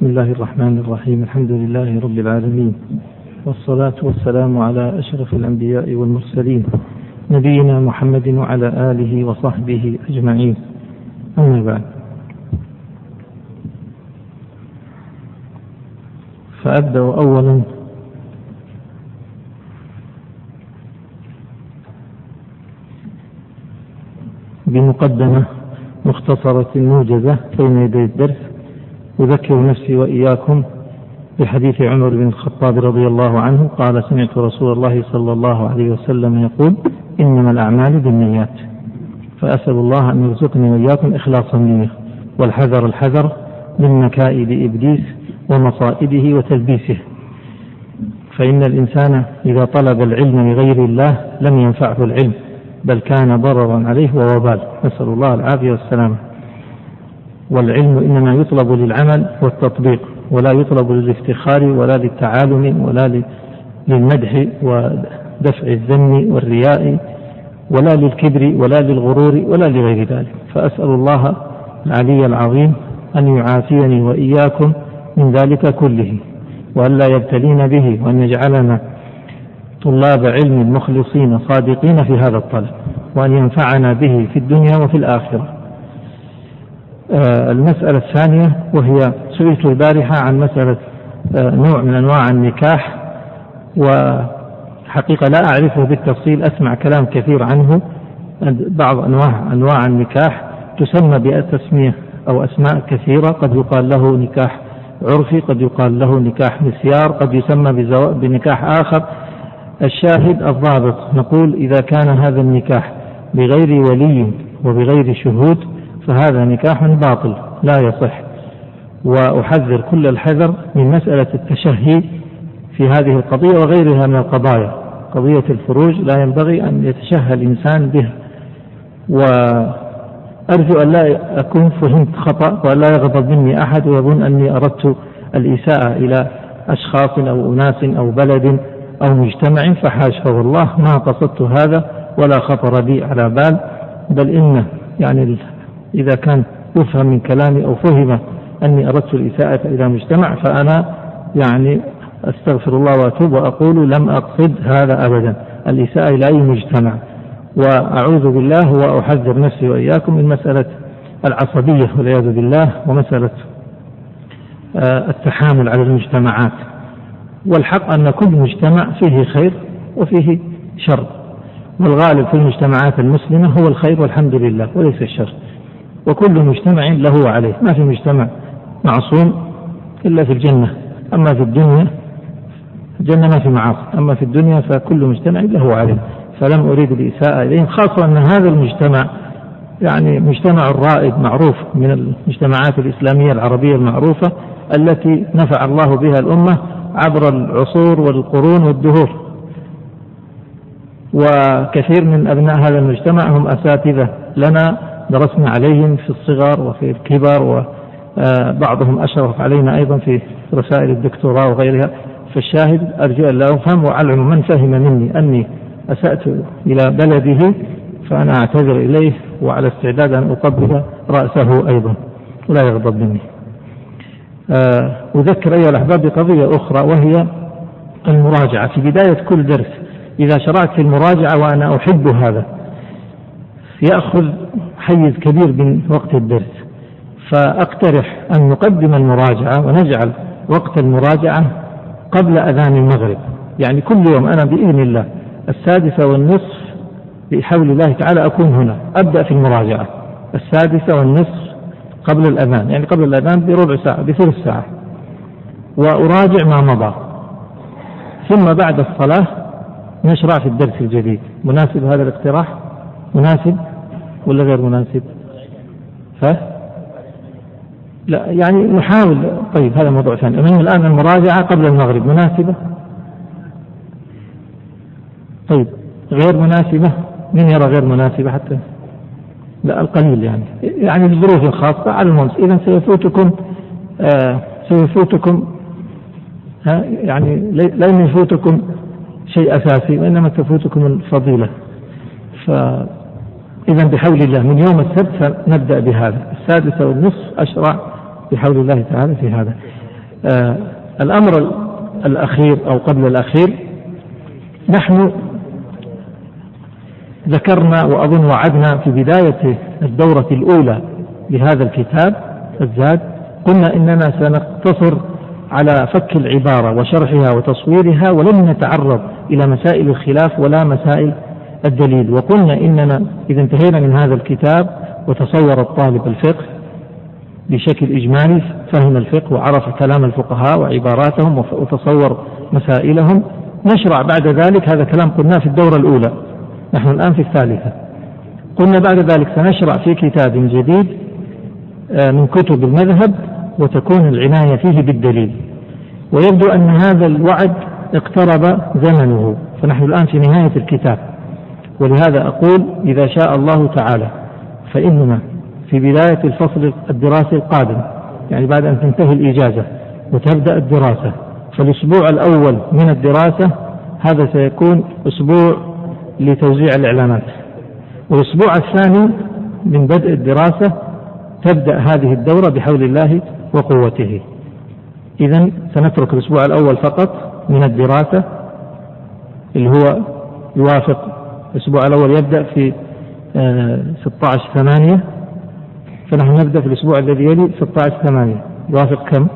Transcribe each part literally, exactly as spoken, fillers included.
بسم الله الرحمن الرحيم. الحمد لله رب العالمين، والصلاة والسلام على أشرف الأنبياء والمرسلين نبينا محمد وعلى آله وصحبه أجمعين. أما بعد، فأبدأ أولا بمقدمة مختصرة موجزة بين يدي الدرس، أذكر نفسي وإياكم بحديث عمر بن الخطاب رضي الله عنه قال: سمعت رسول الله صلى الله عليه وسلم يقول: إنما الأعمال بالنيات. فأسأل الله أن يرزقني وإياكم إخلاص النية، والحذر الحذر من مكائد إبليس ومصائده وتلبيسه، فإن الإنسان إذا طلب العلم لغير الله لم ينفعه العلم، بل كان ضررا عليه ووبال، نسأل الله العافية والسلامة. والعلم إنما يطلب للعمل والتطبيق، ولا يطلب للافتخار ولا للتعالم ولا للمدح ودفع الذم والرياء ولا للكبر ولا للغرور ولا لغير ذلك. فأسأل الله العلي العظيم أن يعافيني وإياكم من ذلك كله، وأن لا يبتلين به، وأن يجعلنا طلاب علم مخلصين صادقين في هذا الطلب، وأن ينفعنا به في الدنيا وفي الآخرة. آه المسألة الثانية، وهي سئلت البارحة عن مسألة آه نوع من أنواع النكاح، وحقيقة لا أعرفه بالتفصيل، أسمع كلام كثير عنه. بعض أنواع أنواع النكاح تسمى بتسمية أو أسماء كثيرة، قد يقال له نكاح عرفي، قد يقال له نكاح مسيار، قد يسمى بنكاح آخر. الشاهد الضابط، نقول إذا كان هذا النكاح بغير ولي وبغير شهود فهذا نكاح باطل لا يصح. وأحذر كل الحذر من مسألة التشهي في هذه القضية وغيرها من القضايا. قضية الفروج لا ينبغي أن يتشهى الإنسان بها، وأرجو أن لا أكون فهمت خطأ، وأن لا يغضب مني أحد ويظن أني أردت الإساءة إلى أشخاص أو أناس أو بلد أو مجتمع، فحاشا والله، ما قصدت هذا ولا خطر بي على بال، بل إن يعني إذا كان يفهم من كلامي أو فهم أني أردت الإساءة إلى مجتمع فأنا يعني أستغفر الله وأتوب وأقول لم أقصد هذا أبدا، الإساءة إلى أي مجتمع. وأعوذ بالله وأحذر نفسي وإياكم من مسألة العصبية والعياذ بالله، ومسألة التحامل على المجتمعات. والحق أن كل مجتمع فيه خير وفيه شر، والغالب في المجتمعات المسلمة هو الخير والحمد لله وليس الشر، وكل مجتمع له عليه، ما في مجتمع معصوم إلا في الجنة. أما في الدنيا الجنة ما في معاصي، أما في الدنيا فكل مجتمع له عليه، فلم أريد الإساءة إليهم، خاصة أن هذا المجتمع يعني مجتمع رائد معروف من المجتمعات الإسلامية العربية المعروفة التي نفع الله بها الأمة عبر العصور والقرون والدهور. وكثير من أبناء هذا المجتمع هم أساتذة لنا، درسنا عليهم في الصغر وفي الكبر، وبعضهم أشرف علينا أيضا في رسائل الدكتوراه وغيرها. فالشاهد أرجو أن لا أفهم، وأعلم من فهم مني أني أسأت إلى بلده فأنا أعتذر إليه، وعلى استعداد أن أقبل رأسه أيضا ولا يغضب مني. أذكر أيها الأحباب بقضية أخرى، وهي المراجعة في بداية كل درس. إذا شرعت في المراجعة، وأنا أحب هذا، يأخذ حيز كبير من وقت الدرس، فأقترح أن نقدم المراجعة ونجعل وقت المراجعة قبل أذان المغرب، يعني كل يوم أنا بإذن الله السادسة والنصف بحول الله تعالى أكون هنا، أبدأ في المراجعة السادسة والنصف قبل الأذان، يعني قبل الأذان بربع ساعة بثلث ساعة، وأراجع ما مضى، ثم بعد الصلاة نشرع في الدرس الجديد. مناسب هذا الاقتراح؟ مناسب ولا غير مناسب؟ ها؟ لا يعني نحاول. طيب هذا موضوع ثاني. المهم الآن المراجعة قبل المغرب مناسبة؟ طيب غير مناسبة؟ من يرى غير مناسبة؟ حتى لا القليل يعني يعني الظروف الخاصة على الممس. إذن سيفوتكم آه سيفوتكم ها يعني لن يفوتكم شيء أساسي، وإنما تفوتكم الفضيلة. فإذا بحول الله من يوم السبت نبدأ بهذا السادسة والنصف، أشرع بحول الله تعالى في هذا. آه الأمر الأخير أو قبل الأخير، نحن ذكرنا وأظن وعدنا في بداية الدورة الأولى لهذا الكتاب الزاد، قلنا إننا سنقتصر على فك العبارة وشرحها وتصويرها، ولن نتعرض إلى مسائل الخلاف ولا مسائل الدليل. وقلنا إننا إذا انتهينا من هذا الكتاب وتصور الطالب الفقه بشكل إجمالي، فهم الفقه وعرف كلام الفقهاء وعباراتهم وتصور مسائلهم، نشرع بعد ذلك، هذا كلام قلناه في الدورة الأولى، نحن الآن في الثالثة، قلنا بعد ذلك سنشرع في كتاب جديد من كتب المذهب وتكون العناية فيه بالدليل. ويبدو أن هذا الوعد اقترب زمنه، فنحن الآن في نهاية الكتاب، ولهذا أقول إذا شاء الله تعالى فإننا في بداية الفصل الدراسي القادم، يعني بعد أن تنتهي الإجازة وتبدأ الدراسة، فالأسبوع الأول من الدراسة هذا سيكون أسبوع لتوزيع الإعلانات، والأسبوع الثاني من بدء الدراسة تبدأ هذه الدورة بحول الله وقوته. إذن سنترك الأسبوع الأول فقط من الدراسة اللي هو يوافق الأسبوع الأول يبدأ في ستة عشر ثمانية، فنحن نبدأ في الأسبوع الذي يلي ستة عشر ثمانية يوافق كم؟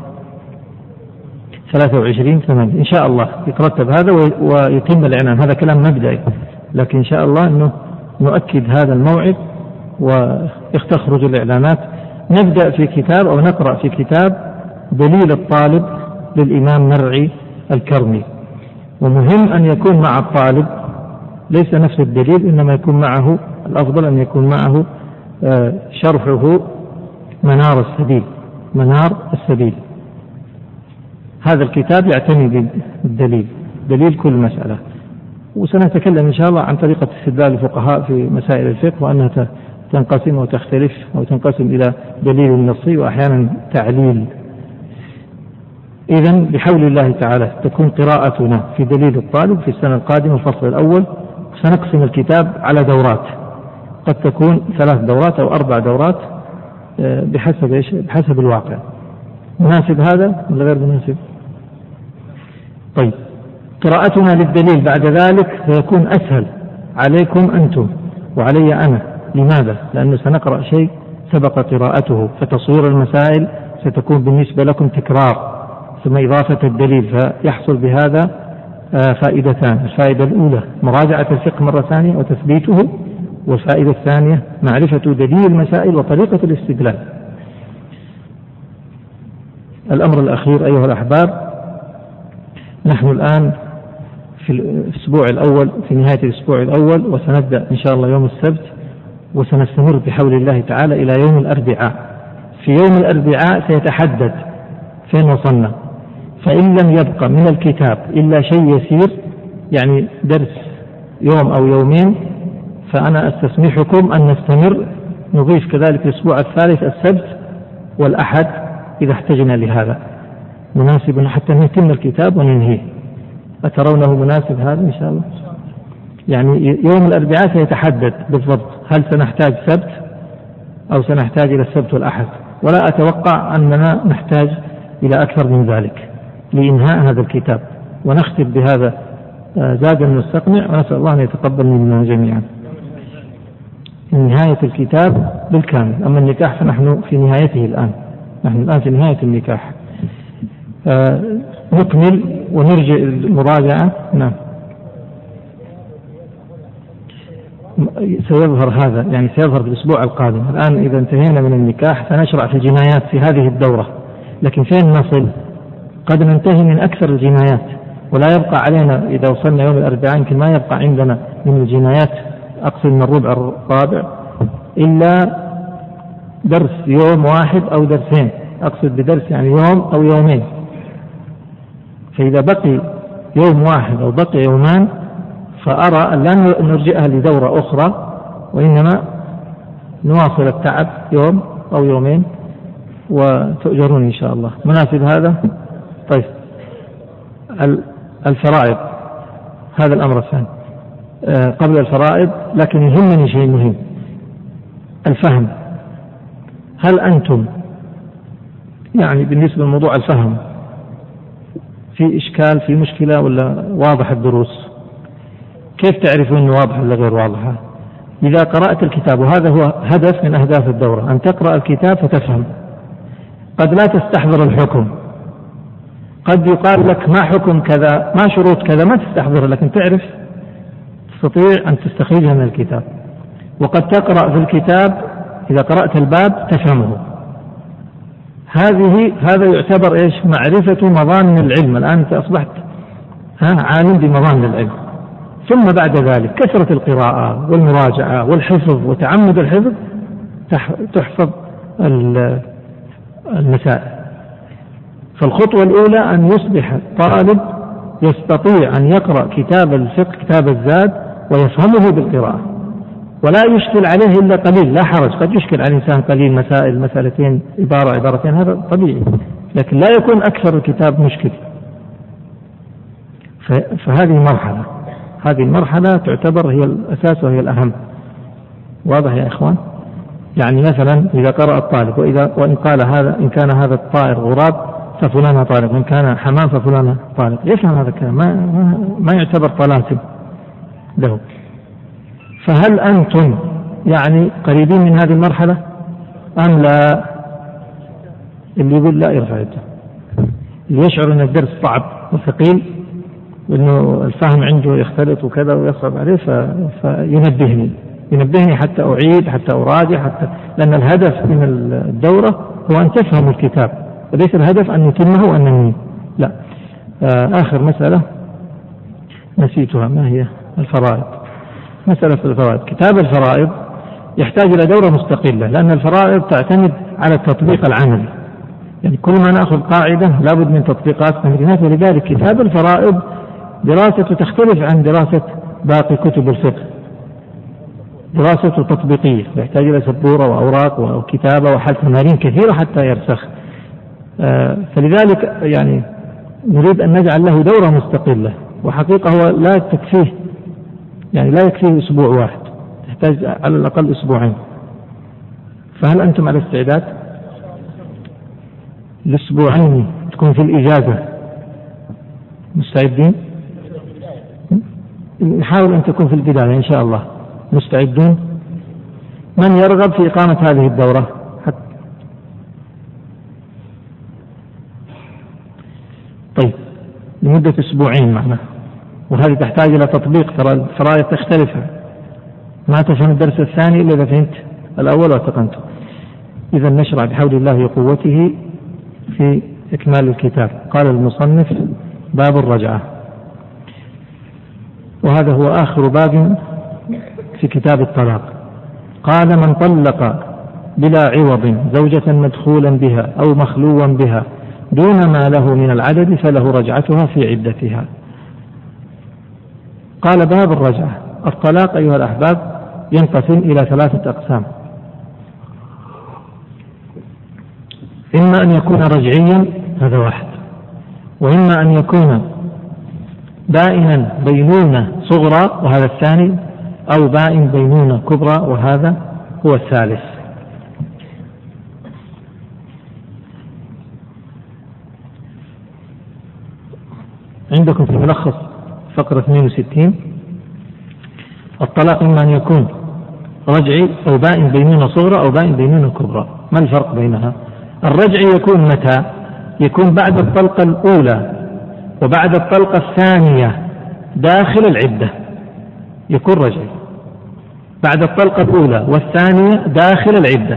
ثلاثة وعشرين ثمانية إن شاء الله يترتب هذا ويتم الإعلان. هذا كلام مبدئي، لكن إن شاء الله أنه نؤكد هذا الموعد ويستخرج الإعلانات. نبدأ في كتاب أو نقرأ في كتاب دليل الطالب للإمام مرعي الكرمي، ومهم أن يكون مع الطالب ليس نفس الدليل، إنما يكون معه، الأفضل أن يكون معه شرحه منار السبيل، منار السبيل. هذا الكتاب يعتني بالدليل، دليل كل مسألة. وسنتكلم إن شاء الله عن طريقة استدلال الفقهاء في مسائل الفقه، وأنها تنقسم وتختلف أو تنقسم إلى دليل نصي وأحيانا تعليل. إذن بحول الله تعالى تكون قراءتنا في دليل الطالب في السنة القادمة الفصل الأول. سنقسم الكتاب على دورات، قد تكون ثلاث دورات أو أربع دورات بحسب إيش؟ بحسب الواقع. مناسب هذا ولا غير مناسب؟ طيب، قراءتنا للدليل بعد ذلك سيكون أسهل عليكم أنتم وعلي أنا. لماذا؟ لأنه سنقرأ شيء سبق قراءته، فتصوير المسائل ستكون بالنسبة لكم تكرار، ثم إضافة الدليل، فيحصل بهذا فائدتان. الفائدة الأولى مراجعة الفقه مرة ثانية وتثبيته، والفائدة الثانية معرفة دليل المسائل وطريقة الاستدلال. الأمر الأخير أيها الأحباب، نحن الآن في الأسبوع الأول، في نهاية الأسبوع الأول، وسنبدأ إن شاء الله يوم السبت، وسنستمر بحول الله تعالى إلى يوم الأربعاء. في يوم الأربعاء سيتحدد فين وصلنا، فإن لم يبقى من الكتاب إلا شيء يسير، يعني درس يوم أو يومين، فأنا أستسمحكم أن نستمر، نضيف كذلك الأسبوع الثالث السبت والأحد إذا احتجنا لهذا. مناسب حتى نتم الكتاب وننهيه. أترونه مناسب هذا إن شاء الله؟ يعني يوم الأربعاء سيتحدد بالضبط هل سنحتاج سبت أو سنحتاج إلى السبت والأحد، ولا أتوقع أننا نحتاج إلى أكثر من ذلك لإنهاء هذا الكتاب، ونختم بهذا زاد المستقنع، ونسأل الله أن يتقبل منا جميعا. نهاية الكتاب بالكامل. أما النكاح فنحن في نهايته الآن، نحن الآن في نهاية النكاح. آه نكمل ونرجع المراجعة. نعم، سيظهر هذا، يعني سيظهر في الأسبوع القادم. الآن إذا انتهينا من النكاح سنشرع في الجنايات في هذه الدورة، لكن فين نصل؟ قد ننتهي من أكثر الجنايات، ولا يبقى علينا إذا وصلنا يوم الأربعاء يمكن ما يبقى عندنا من الجنايات، أقصد من الربع الرابع، إلا درس يوم واحد أو درسين، أقصد بدرس يعني يوم أو يومين. فإذا بقي يوم واحد أو بقي يومان فأرى أن لا نرجئها لدورة أخرى، وإنما نواصل التعب يوم أو يومين وتؤجرون إن شاء الله. مناسب هذا؟ طيب، الفرائض هذا الأمر الثاني. أه قبل الفرائض لكن يهمني شيء مهم، الفهم. هل أنتم يعني بالنسبة لموضوع الفهم في إشكال في مشكلة ولا واضح الدروس؟ كيف تعرفون أنه واضح ولا غير واضحة؟ إذا قرأت الكتاب، وهذا هو هدف من أهداف الدورة، أن تقرأ الكتاب فتفهم. قد لا تستحضر الحكم، قد يقال لك ما حكم كذا، ما شروط كذا، ما تستحضر، لكن تعرف تستطيع أن تستخرجها من الكتاب. وقد تقرأ في الكتاب إذا قرأت الباب تفهمه. هذه هذا يعتبر إيش؟ معرفة مظان العلم. الآن أنت أصبحت ها عالم بمظان العلم. ثم بعد ذلك كثرة القراءة والمراجعة والحفظ وتعمد الحفظ تحفظ المسائل. فالخطوة الأولى أن يصبح الطالب يستطيع أن يقرأ كتاب الفقه كتاب الزاد ويفهمه بالقراءة، ولا يشكل عليه إلا قليل. لا حرج، قد يشكل على الإنسان قليل، مسائل مسألتين عبارة عبارتين، هذا طبيعي، لكن لا يكون أكثر الكتاب مشكل. فهذه مرحلة، هذه المرحلة تعتبر هي الأساس وهي الأهم. واضح يا إخوان؟ يعني مثلا إذا قرأ الطالب وإذا وإن قال هذا إن كان هذا الطائر غراب ففلان طالب، وإن كان حمام ففلان طالب، يفهم هذا الكلام، ما, ما يعتبر طلاسم له. فهل أنتم يعني قريبين من هذه المرحلة أم لا؟ اللي يقول لا يرفع يده، اللي يشعر أن الدرس صعب وثقيل وأنه الفهم عنده يختلط وكذا ويصعب عليه فينبهني ينبهني حتى أعيد، حتى أراجع، حتى لأن الهدف من الدورة هو أن تفهم الكتاب، وليس الهدف أن نتمه وأن ننميه. لا. آخر مسألة نسيتها، ما هي؟ الفرائض. مسألة الفرائض. كتاب الفرائض يحتاج إلى دورة مستقلة، لأن الفرائض تعتمد على التطبيق العملي، يعني كل ما نأخذ قاعدة لابد من تطبيقات تمرينات، ولذلك كتاب الفرائض دراسته تختلف عن دراسة باقي كتب الفقه، دراسة تطبيقية يحتاج إلى سبورة وأوراق وكتابة وحل تمارين كثيرة حتى يرسخ. آه فلذلك يعني نريد أن نجعل له دورة مستقلة، وحقيقة هو لا تكفيه، يعني لا يكفيه أسبوع واحد، تحتاج على الأقل أسبوعين. فهل أنتم على استعداد؟ الأسبوعين تكون في الإجازة، مستعدين؟ نحاول أن تكون في البداية إن شاء الله. مستعدون؟ من يرغب في إقامة هذه الدورة؟ حتى طيب لمدة أسبوعين معنا، وهذه تحتاج إلى تطبيق، ترى الفرائض تختلف، ما تفهم الدرس الثاني إلا إذا فهمت الأول واتقنته. إذا نشرع بحول الله وقوته في إكمال الكتاب. قال المصنف: باب الرجعة، وهذا هو آخر باب في كتاب الطلاق. قال: من طلق بلا عوض زوجة مدخولا بها أو مخلوا بها دون ما له من العدد فله رجعتها في عدتها. قال: باب الرجعة. الطلاق أيها الأحباب ينقسم إلى ثلاثة أقسام: إما أن يكون رجعيا، هذا واحد، وإما أن يكون بائنا بينونة صغرى، وهذا الثاني، أو بائن بينونة كبرى، وهذا هو الثالث. عندكم في ملخص فقرة اثنين وستين: الطلاق إما أن يكون رجعي أو بائن بينونة صغرى أو بائن بينونة كبرى. ما الفرق بينها؟ الرجعي يكون متى؟ يكون بعد الطلقة الأولى وبعد الطلقة الثانية داخل العدة، يكون رجعي بعد الطلقة الأولى والثانية داخل العدة.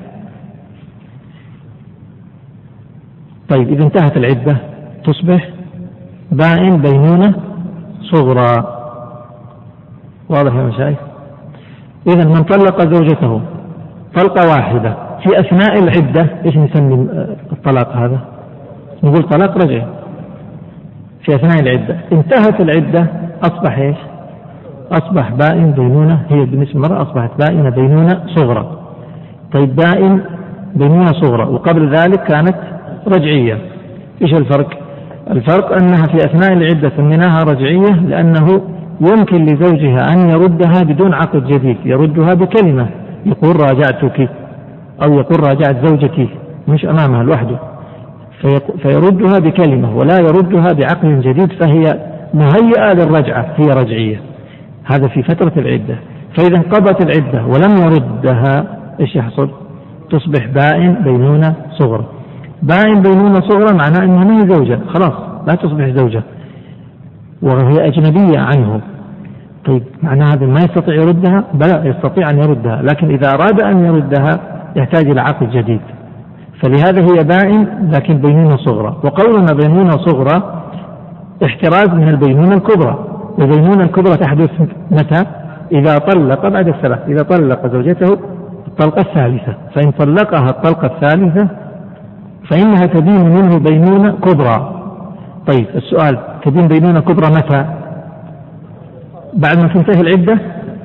طيب إذا انتهت العدة تصبح بائن بينونة صغرى. واضح يا مشايخ؟ إذا من طلق زوجته طلقة واحدة في أثناء العدة، إيش نسمي الطلاق هذا؟ نقول طلاق رجعي في أثناء العدة. انتهت العدة أصبح إيش؟ أصبح بائن بينونة، هي بالنسبة للمرأة أصبحت بائنة بينونة صغرى. طيب بائن بينونة صغرى وقبل ذلك كانت رجعية، إيش الفرق؟ الفرق أنها في أثناء العدة سميناها رجعية لأنه يمكن لزوجها أن يردها بدون عقد جديد، يردها بكلمة، يقول راجعتك أو يقول راجعت زوجتي، مش أمامها لوحده. فيردها بكلمة ولا يردها بعقد جديد، فهي مهيئة للرجعة، هي رجعية. هذا في فترة العدة. فإذا انقضت العدة ولم يردها إيش يحصل؟ تصبح بائن بينونة صغرى. بائن بينونة صغرى معناه أنها ما هي زوجة، خلاص لا تصبح زوجة وهي أجنبية عنه. طيب معنى هذا ما يستطيع يردها؟ بلى يستطيع أن يردها، لكن إذا أراد أن يردها يحتاج إلى عقد جديد. فلهذا هي بائن لكن بينونة صغرى. وقولنا بينونة صغرى احتراز من البينونة الكبرى. والبينونة الكبرى تحدث متى؟ إذا طلق بعد الثلاث، إذا طلق زوجته الطلقة الثالثة، فإن طلقها الطلقة الثالثة فإنها تبين منه بينونة كبرى. طيب السؤال، تبين بينونة كبرى متى؟ بعد ما تنتهي العدة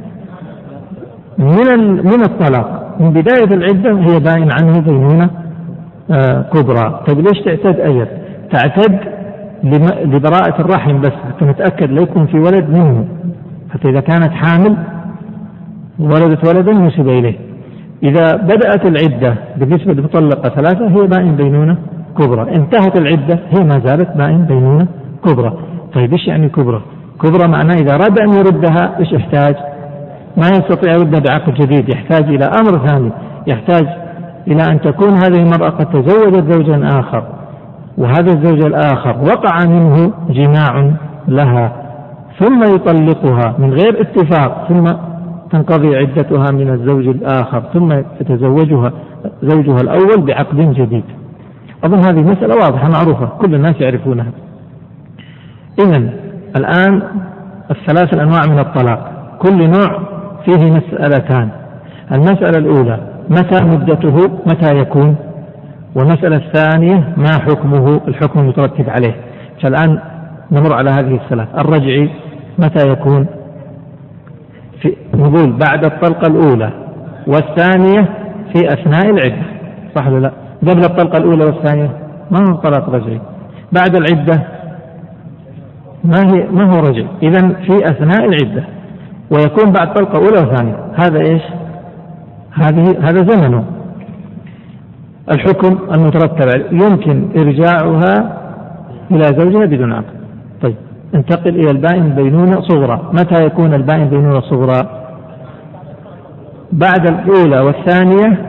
من من الطلاق. من بداية العدة هي باين عنه بينونة آه كبرى. طيب ليش تعتد أيضا؟ تعتد لبراءة الرحم بس، حتى نتأكد لا يكون في ولد منه، حتى إذا كانت حامل ولدت ولدا نسب إليه. إذا بدأت العدة بالنسبة للمطلقة ثلاثة هي باين بينونة كبرى، انتهت العدة هي ما زالت باين بينونة كبرى. طيب إيش يعني كبرى؟ كبرى معناه إذا أراد أن يردها إيش يحتاج؟ ما يستطيع يردها بعقد جديد، يحتاج إلى أمر ثاني، يحتاج إلى أن تكون هذه المرأة قد تزوجت زوجا آخر، وهذا الزوج الآخر وقع منه جماع لها، ثم يطلقها من غير اتفاق، ثم تنقضي عدتها من الزوج الآخر، ثم يتزوجها زوجها الأول بعقد جديد. أظن هذه مسألة واضحة معروفة كل الناس يعرفونها. إذن الآن الثلاث الأنواع من الطلاق كل نوع فيه مسألتان. المسألة الأولى متى مدته، متى يكون، والمسألة الثانية ما حكمه، الحكم المترتب عليه. فالآن نمر على هذه الثلاث. الرجعي متى يكون؟ في نقول بعد الطلقة الأولى والثانية في أثناء العدة، صح ولا لا؟ قبل الطلقة الأولى والثانية ما هو طلاق رجعي. بعد العدة ما هي ما هو رجعي. إذن في أثناء العدة، ويكون بعد طلقة أولى وثانية. هذا إيش؟ هذه هذا زمنه. الحكم المترتب عليه يمكن إرجاعها إلى زوجها بدون عقد. طيب انتقل إلى البائن بينونة صغرى. متى يكون البائن بينونة صغرى؟ بعد الأولى والثانية،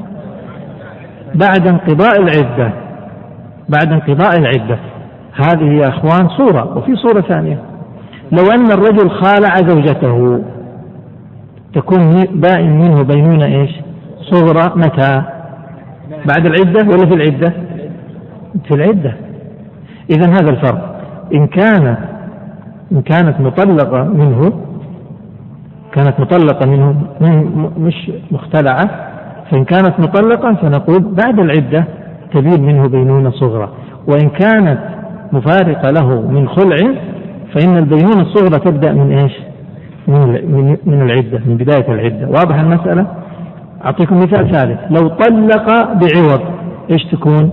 بعد انقضاء العدة. بعد انقضاء العدة هذه يا أخوان صورة، وفي صورة ثانية. لو أن الرجل خالع زوجته تكون بائن منه بينونة إيش؟ صغرى. متى؟ بعد العدة ولا في العدة؟ في العدة. إذن هذا الفرق. إن كانت إن كانت مطلقة منه، كانت مطلقة منه مش مختلعة، فإن كانت مطلقة فنقول بعد العدة تبين منه بينونة صغرى. وإن كانت مفارقة له من خلع فإن البينونة الصغرى تبدأ من إيش؟ من من العدة، من بداية العدة. واضح المسألة؟ أعطيكم مثال ثالث. لو طلق بعوض إيش تكون؟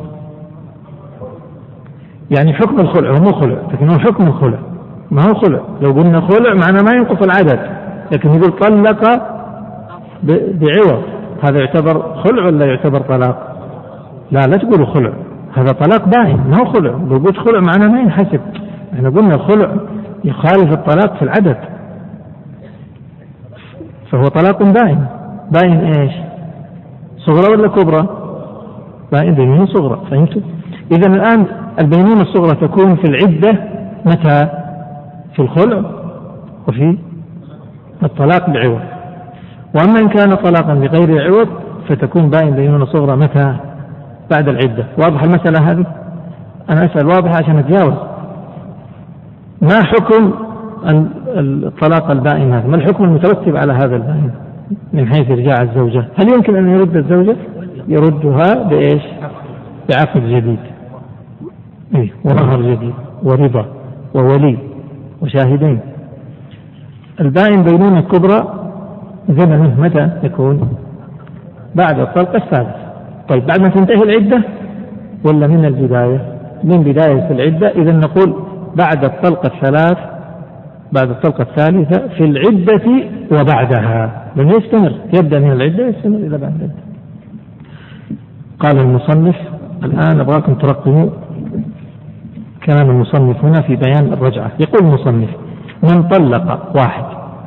يعني حكم الخلع، هو مو خلع لكن هو حكم الخلع، ما هو خلع. لو قلنا خلع معناه ما ينقص العدد، لكن يقول طلق بعوض، هذا يعتبر خلع ولا يعتبر طلاق؟ لا لا تقولوا خلع، هذا طلاق باين ما هو خلع. لو قلت خلع معناه ما ينحسب. احنا قلنا الخلع يخالف الطلاق في العدد، فهو طلاق باين. باين ايش؟ صغرى ولا كبرى؟ باين بينونة صغرى. فهمتوا؟ إذن الآن البينونة الصغرى تكون في العدة متى؟ في الخلع وفي الطلاق بعوض. وأما إن كان طلاقا بغير عوض فتكون باين بينونة صغرى متى؟ بعد العدة. واضح المسألة هذه؟ أنا أسأل واضح عشان أتجاوز. ما حكم الطلاق البائن هذا؟ ما الحكم المترتب على هذا البائن من حيث إرجاع الزوجة؟ هل يمكن أن يرد الزوجة؟ يردها بإيش؟ بعقد جديد، إيه؟ ومهر جديد ورضا وولي وشاهدين. البائن بينونة الكبرى زمنه متى يكون؟ بعد الطلقة الثالثة. طيب بعد ما تنتهي العدة ولا من البداية؟ من بداية العدة. إذا نقول بعد الطلقة الثلاث، بعد الطلقة الثالثة في العدة وبعدها، لن يستمر، يبدأ من العدة يستمر إلى بعد العدة. قال المصنف الآن أبغاكم ترقموا كلام المصنف هنا في بيان الرجعة. يقول المصنف: من طلق واحد،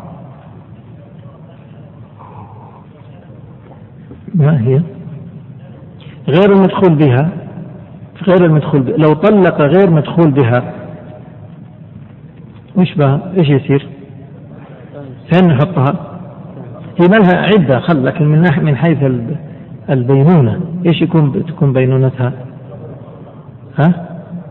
ما هي غير المدخول بها، غير المدخول بها. لو طلق غير مدخول بها وش بها؟ ايش يصير؟ فين نحطها؟ هي ما لها عدة خل، لكن من ناحية من حيث البينونة ايش يكون تكون بينونتها؟ ها؟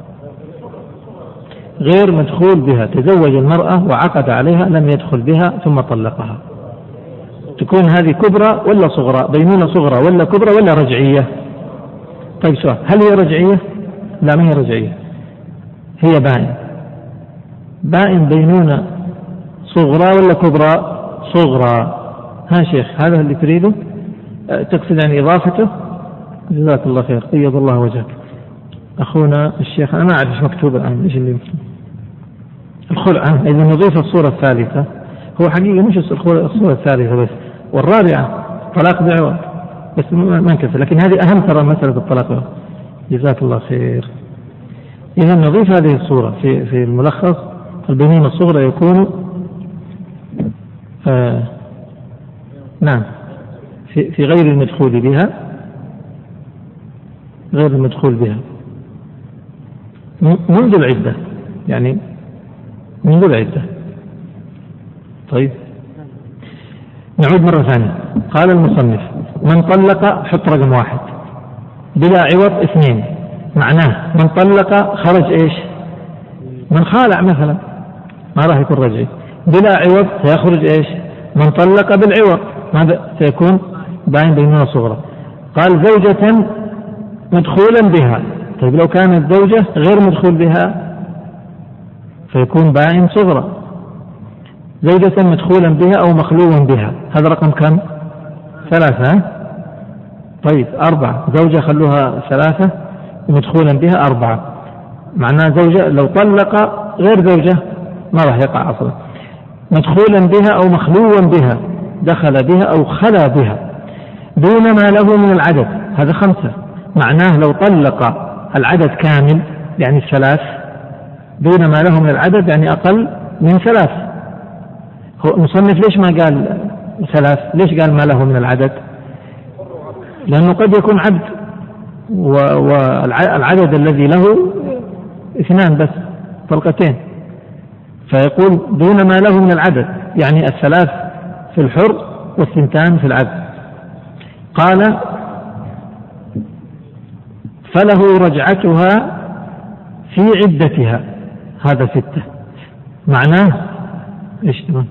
غير مدخول بها، تزوج المرأة وعقد عليها لم يدخل بها ثم طلقها، تكون هذه كبرى ولا صغرى؟ بينونة صغرى ولا كبرى ولا رجعية؟ طيب سؤال: هل هي رجعية؟ لا ما هي رجعية، هي باين. باين بينونة صغرى ولا كبرى؟ صغرى. ها شيخ، هذا اللي تريده؟ تقصد يعني إضافته؟ جزاك الله خير، قيض الله وجهك. أخونا الشيخ أنا ما أعرف إيش مكتوب الآن، إيش اللي مكتوب؟ الخلع. إذا نضيف الصورة الثالثة، هو حقيقة مش الصورة الثالثة بس، والرابعة طلاق بعوض، بس ما نكفي، لكن هذه أهم ترى مسألة الطلاق بعوض. جزاك الله خير. إذا نضيف هذه الصورة في في الملخص: البنين الصغرى يكون آه نعم في, في غير المدخول بها، غير المدخول بها منذ العدة، يعني منذ العدة. طيب نعود مرة ثانية. قال المصنف: من طلق، حط رقم واحد، بلا عوض اثنين، معناه من طلق خرج ايش؟ من خالع مثلا، ما راح يكون رجعي. بلا عوض سيخرج ايش؟ من طلق بالعوض، ماذا سيكون؟ باين بينونة صغرى. قال: زوجة مدخولا بها. طيب لو كانت زوجة غير مدخول بها فيكون باين صغرى. زوجة مدخولا بها أو مخلوا بها، هذا رقم كم؟ ثلاثة. طيب أربعة. زوجة خلوها ثلاثة ومدخولا بها أربعة، معناه زوجة لو طلق غير زوجة ما راح يقع أصلا. مدخولا بها أو مخلوا بها، دخل بها أو خلا بها دون ما له من العدد، هذا خمسة. معناه لو طلق العدد كامل يعني الثلاث، دون ما له من العدد يعني أقل من ثلاث. هو المصنف ليش ما قال ثلاث؟ ليش قال ما له من العدد؟ لأنه قد يكون عبد والعدد الذي له اثنان بس، طلقتين، فيقول دون ما له من العدد يعني الثلاث في الحر والثنتان في العبد. قال: فله رجعتها في عدتها، هذا ستة. معناه ايش تمام؟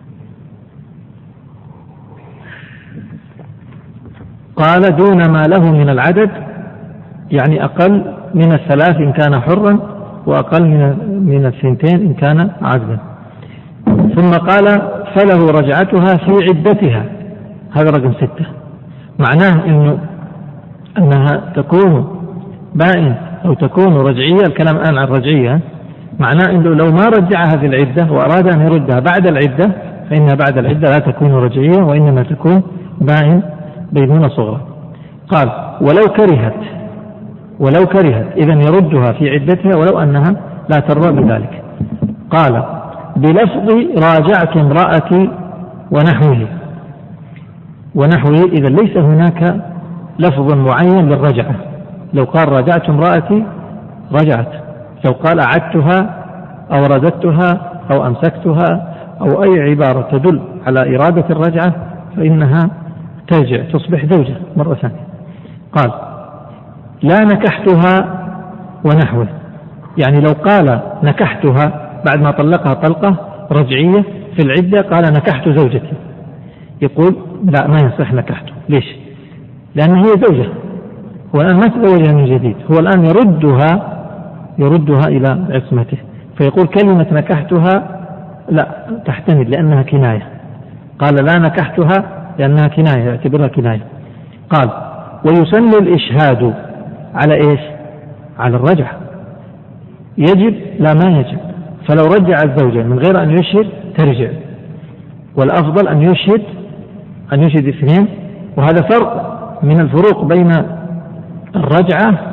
قال: دون ما له من العدد يعني أقل من الثلاث إن كان حرا، وأقل من من الثنتين إن كان عبدا. ثم قال: فله رجعتها في عدتها، هذا رقم ستة. معناه إنه أنها تكون بائن أو تكون رجعية. الكلام الآن عن الرجعية، معناه إنه لو ما رجعها في العدة وأراد أن يردها بعد العدة فإنها بعد العدة لا تكون رجعية وإنما تكون بائن بينونة صغرى. قال: ولو كرهت، ولو كرهت إذن يردها في عدتها ولو أنها لا ترضى بذلك. قال: بلفظ راجعت امرأتي ونحوه. ونحوه إذن ليس هناك لفظ معين للرجعة. لو قال راجعت امرأتي رجعت، لو قال أعدتها أو رددتها أو أمسكتها أو أي عبارة تدل على إرادة الرجعة فإنها ترجع، تصبح زوجة مرة ثانية. قال: لا نكحتها ونحوه، يعني لو قال نكحتها بعد ما طلقها طلقة رجعية في العدة قال نكحت زوجتي، يقول لا ما يصح نكحته. ليش؟ لأن هي زوجة، هو الآن ما تزوجها من جديد، هو الآن يردها يردها إلى عصمته، فيقول كلمة نكحتها لا تحتمل لأنها كناية. قال لا نكحتها لأنها كناية، يعتبرها كناية. قال: ويسن الإشهاد على إيش؟ على الرجعة. يجب؟ لا ما يجب. فلو رجع الزوجة من غير أن يشهد ترجع، والأفضل أن يشهد أن يشهد اثنين. وهذا فرق من الفروق بين الرجعة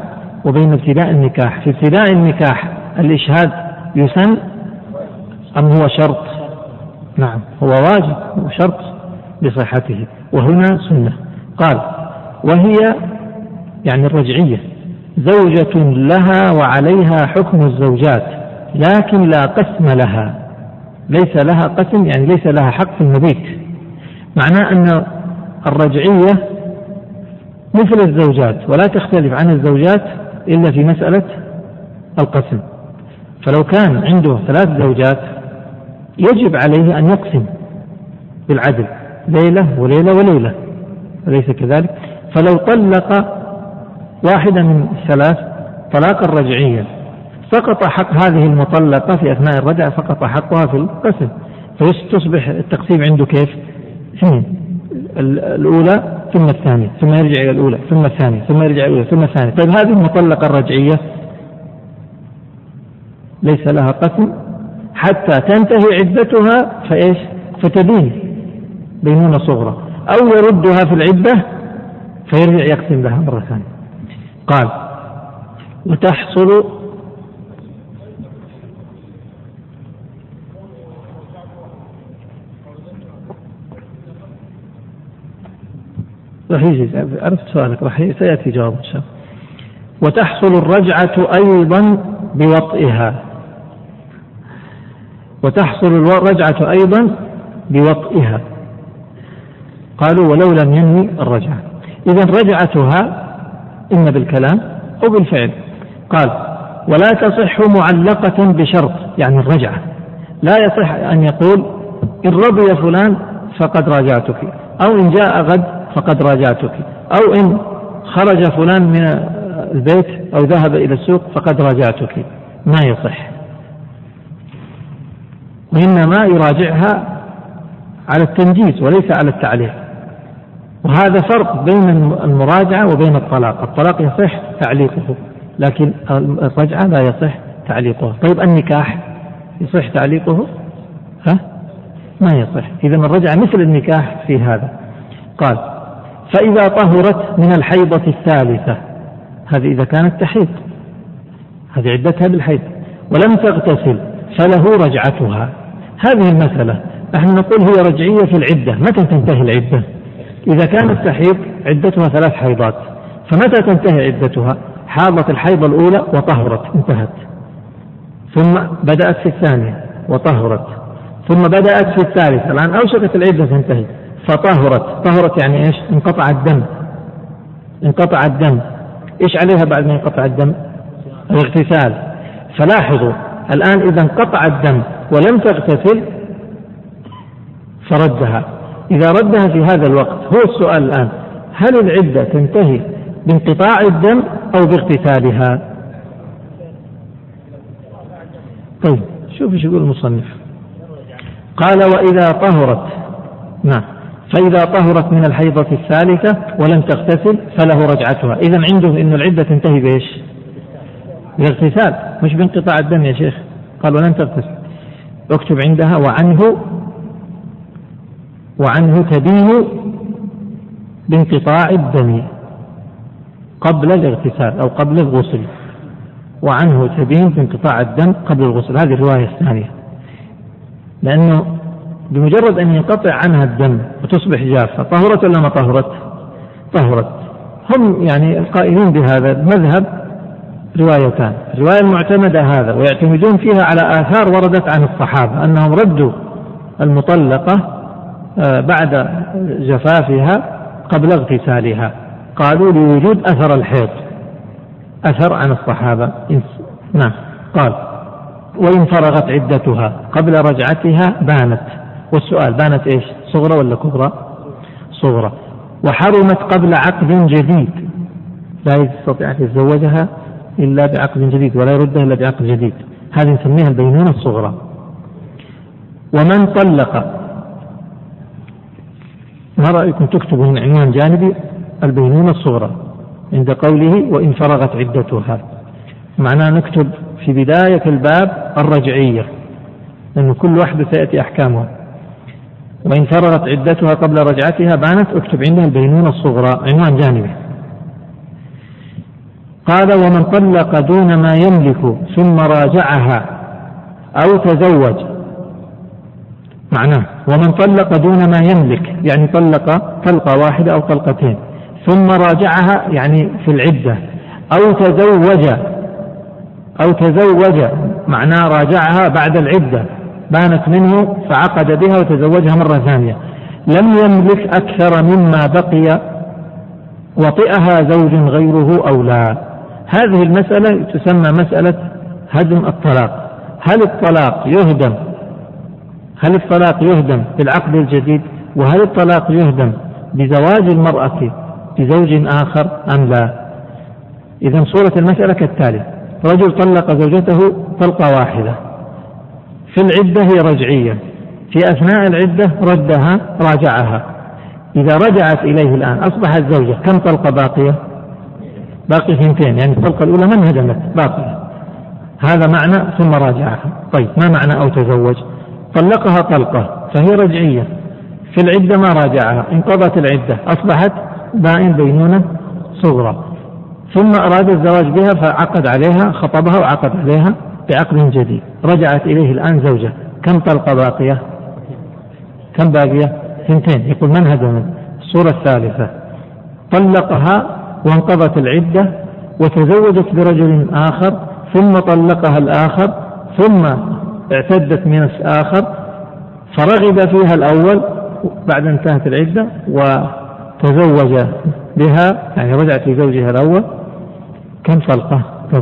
وبين ابتداء النكاح. في ابتداء النكاح الإشهاد يسن أم هو شرط؟ نعم هو واجب وشرط لصحته، وهنا سنة. قال وهي يعني الرجعية زوجة لها وعليها حكم الزوجات لكن لا قسم لها، ليس لها قسم يعني ليس لها حق في المبيت. معناه أن الرجعية مثل الزوجات ولا تختلف عن الزوجات إلا في مسألة القسم. فلو كان عنده ثلاث زوجات يجب عليه أن يقسم بالعدل ليلة وليلة وليلة، أليس كذلك؟ فلو طلق واحدة من الثلاث طلاقا رجعيا سقط حق هذه المطلقة في أثناء الرجعة، سقط حقها في القسم، فتصبح التقسيم عنده كيف؟ اثنين، الأولى ثم الثانية ثم يرجع إلى الأولى ثم الثانية ثم يرجع إلى الأولى ثم الثانية. طيب هذه المطلقة الرجعية ليس لها قسم حتى تنتهي عدتها فإيش؟ فتدين بينونة صغرى، أو يردها في العدة فيرجع يقسم لها مرة ثانية. قال وتحصل راح يجي، عرفت سؤالك راح سيأتي جواب إن شاء الله. وتحصل الرجعة أيضا بوطئها، وتحصل الرجعة أيضا بوطئها. قالوا ولو لم ينوي الرجعة. إذن رجعتها إما بالكلام أو بالفعل. قال ولا تصح معلقة بشرط، يعني الرجعة لا يصح أن يقول إن رضي فلان فقد راجعتك، أو إن جاء غد فقد راجعتك، أو إن خرج فلان من البيت أو ذهب إلى السوق فقد راجعتك. ما يصح، وإنما يراجعها على التنجيز وليس على التعليق. وهذا فرق بين المراجعة وبين الطلاق. الطلاق يصح تعليقه لكن الرجعة لا يصح تعليقه. طيب النكاح يصح تعليقه؟ ها؟ ما يصح. إذن الرجعة مثل النكاح في هذا. قال فإذا طهرت من الحيضة الثالثة، هذه إذا كانت تحيض، هذه عدتها بالحيض، ولم تغتسل فله رجعتها. هذه المسألة نحن نقول هي رجعية في العدة. متى تنتهي العدة؟ إذا كانت تحيض عدتها ثلاث حيضات، فمتى تنتهي عدتها؟ حاضت الحيضة الأولى وطهرت انتهت، ثم بدأت في الثانية وطهرت، ثم بدأت في الثالثة، الآن أوشكت العدة تنتهي فطهرت. طهرت يعني إيش؟ انقطع الدم. انقطع الدم إيش عليها بعد ما انقطع الدم؟ الاغتسال. فلاحظوا الآن إذا انقطع الدم ولم تغتسل فردها. إذا ردها في هذا الوقت، هو السؤال الآن هل العدة تنتهي بانقطاع الدم أو باغتسالها؟ طيب شوف ايش يقول المصنف. قال وإذا طهرت، نعم، فإذا طهرت من الحيضة الثالثة ولم تغتسل فله رجعتها. إذن عنده إن العدة تنتهي بإيش؟ بالاغتسال مش بانقطاع الدم يا شيخ. قال ولن تغتسل، اكتب عندها وعنه وعنه تبين بانقطاع الدم قبل الاغتسال أو قبل الغسل. وعنه تبين بانقطاع الدم قبل الغسل، هذه الرواية الثانية. لأنه بمجرد أن ينقطع عنها الدم وتصبح جافة طهرت ولا ما طهرت؟ طهرت. هم يعني القائلين بهذا المذهب روايتان، الرواية المعتمدة هذا ويعتمدون فيها على آثار وردت عن الصحابة أنهم ردوا المطلقة بعد جفافها قبل اغتسالها، قالوا لوجود أثر الحيض، أثر عن الصحابة. نعم. قال وإن فرغت عدتها قبل رجعتها بانت. والسؤال بانت إيش؟ صغرى ولا كبرى؟ صغرى. وحرمت قبل عقد جديد، لا يستطيع أن يتزوجها إلا بعقد جديد ولا يردها إلا بعقد جديد، هذه نسميها البينونة الصغرى. ومن طلق، ما رأيكم تكتبوا من عنوان جانبي البينونة الصغرى عند قوله وإن فرغت عدتها، معناه نكتب في بداية الباب الرجعية لأن كل واحدة سيأتي أحكامها. وإن فرغت عدتها قبل رجعتها بانت، اكتب عندها البينونة الصغرى عنوان جانبي. قال ومن طلق دون ما يملك ثم راجعها أو تزوج، معناه ومن طلق دون ما يملك يعني طلق طلقة واحدة أو طلقتين ثم راجعها يعني في العدة، أو تزوج أو تزوج معناه راجعها بعد العدة بانت منه فعقد بها وتزوجها مرة ثانية، لم يملك أكثر مما بقي وطئها زوج غيره أو لا. هذه المسألة تسمى مسألة هدم الطلاق. هل الطلاق يهدم هل الطلاق يهدم بالعقد الجديد؟ وهل الطلاق يهدم بزواج المرأة بزوج آخر أم لا؟ إذن صورة المسألة كالتالي: رجل طلق زوجته طلقة واحدة، في العدة هي رجعية، في أثناء العدة ردها راجعها، إذا رجعت إليه الآن أصبحت زوجة، كم طلقة باقية؟ باقي اثنتين، يعني الطلقة الأولى من هدمت باقية، هذا معنى ثم راجعها. طيب ما معنى أو تزوج؟ طلقها طلقة فهي رجعية، في العدة ما راجعها، انقضت العدة أصبحت بائن بينونة صغرى، ثم أراد الزواج بها فعقد عليها، خطبها وعقد عليها بعقد جديد، رجعت إليه الآن زوجة، كم طلقة باقية؟ كم باقية؟ ثنتين. يقول من هدمت؟ الصورة الثالثة: طلقها وانقضت العدة وتزوجت برجل آخر ثم طلقها الآخر ثم اعتدت من آخر فرغب فيها الأول بعد انتهت العدة وتزوج بها، يعني رجعت لزوجها الأول، كم طلقة؟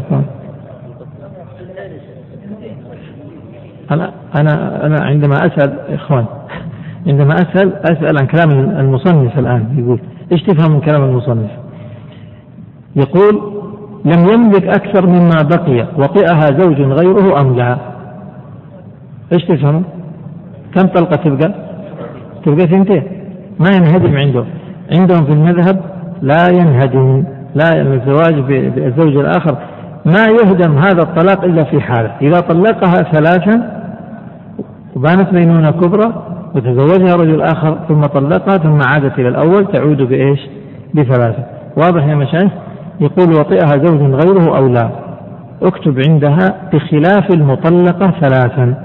أنا أنا أنا عندما أسأل إخوان عندما أسأل أسأل عن كلام المصنف الآن. يقول إيش تفهم من كلام المصنف؟ يقول لم يملك أكثر مما بقي وطئها زوج غيره أم لا؟ إيش تفهم؟ كم طلقة تبقى؟ تبقى ثنتين، ما ينهدم عندهم. عندهم في المذهب لا ينهدم، لا الزواج بالزوج الآخر ما يهدم هذا الطلاق إلا في حالة: إذا طلقها ثلاثا وبانت بينونة كبرى وتزوجها رجل آخر ثم طلقها ثم عادت إلى الأول تعود بإيش؟ بثلاثة. واضح يا مشايخ؟ يقول وطئها زوج غيره أو لا، اكتب عندها بخلاف المطلقة ثلاثا،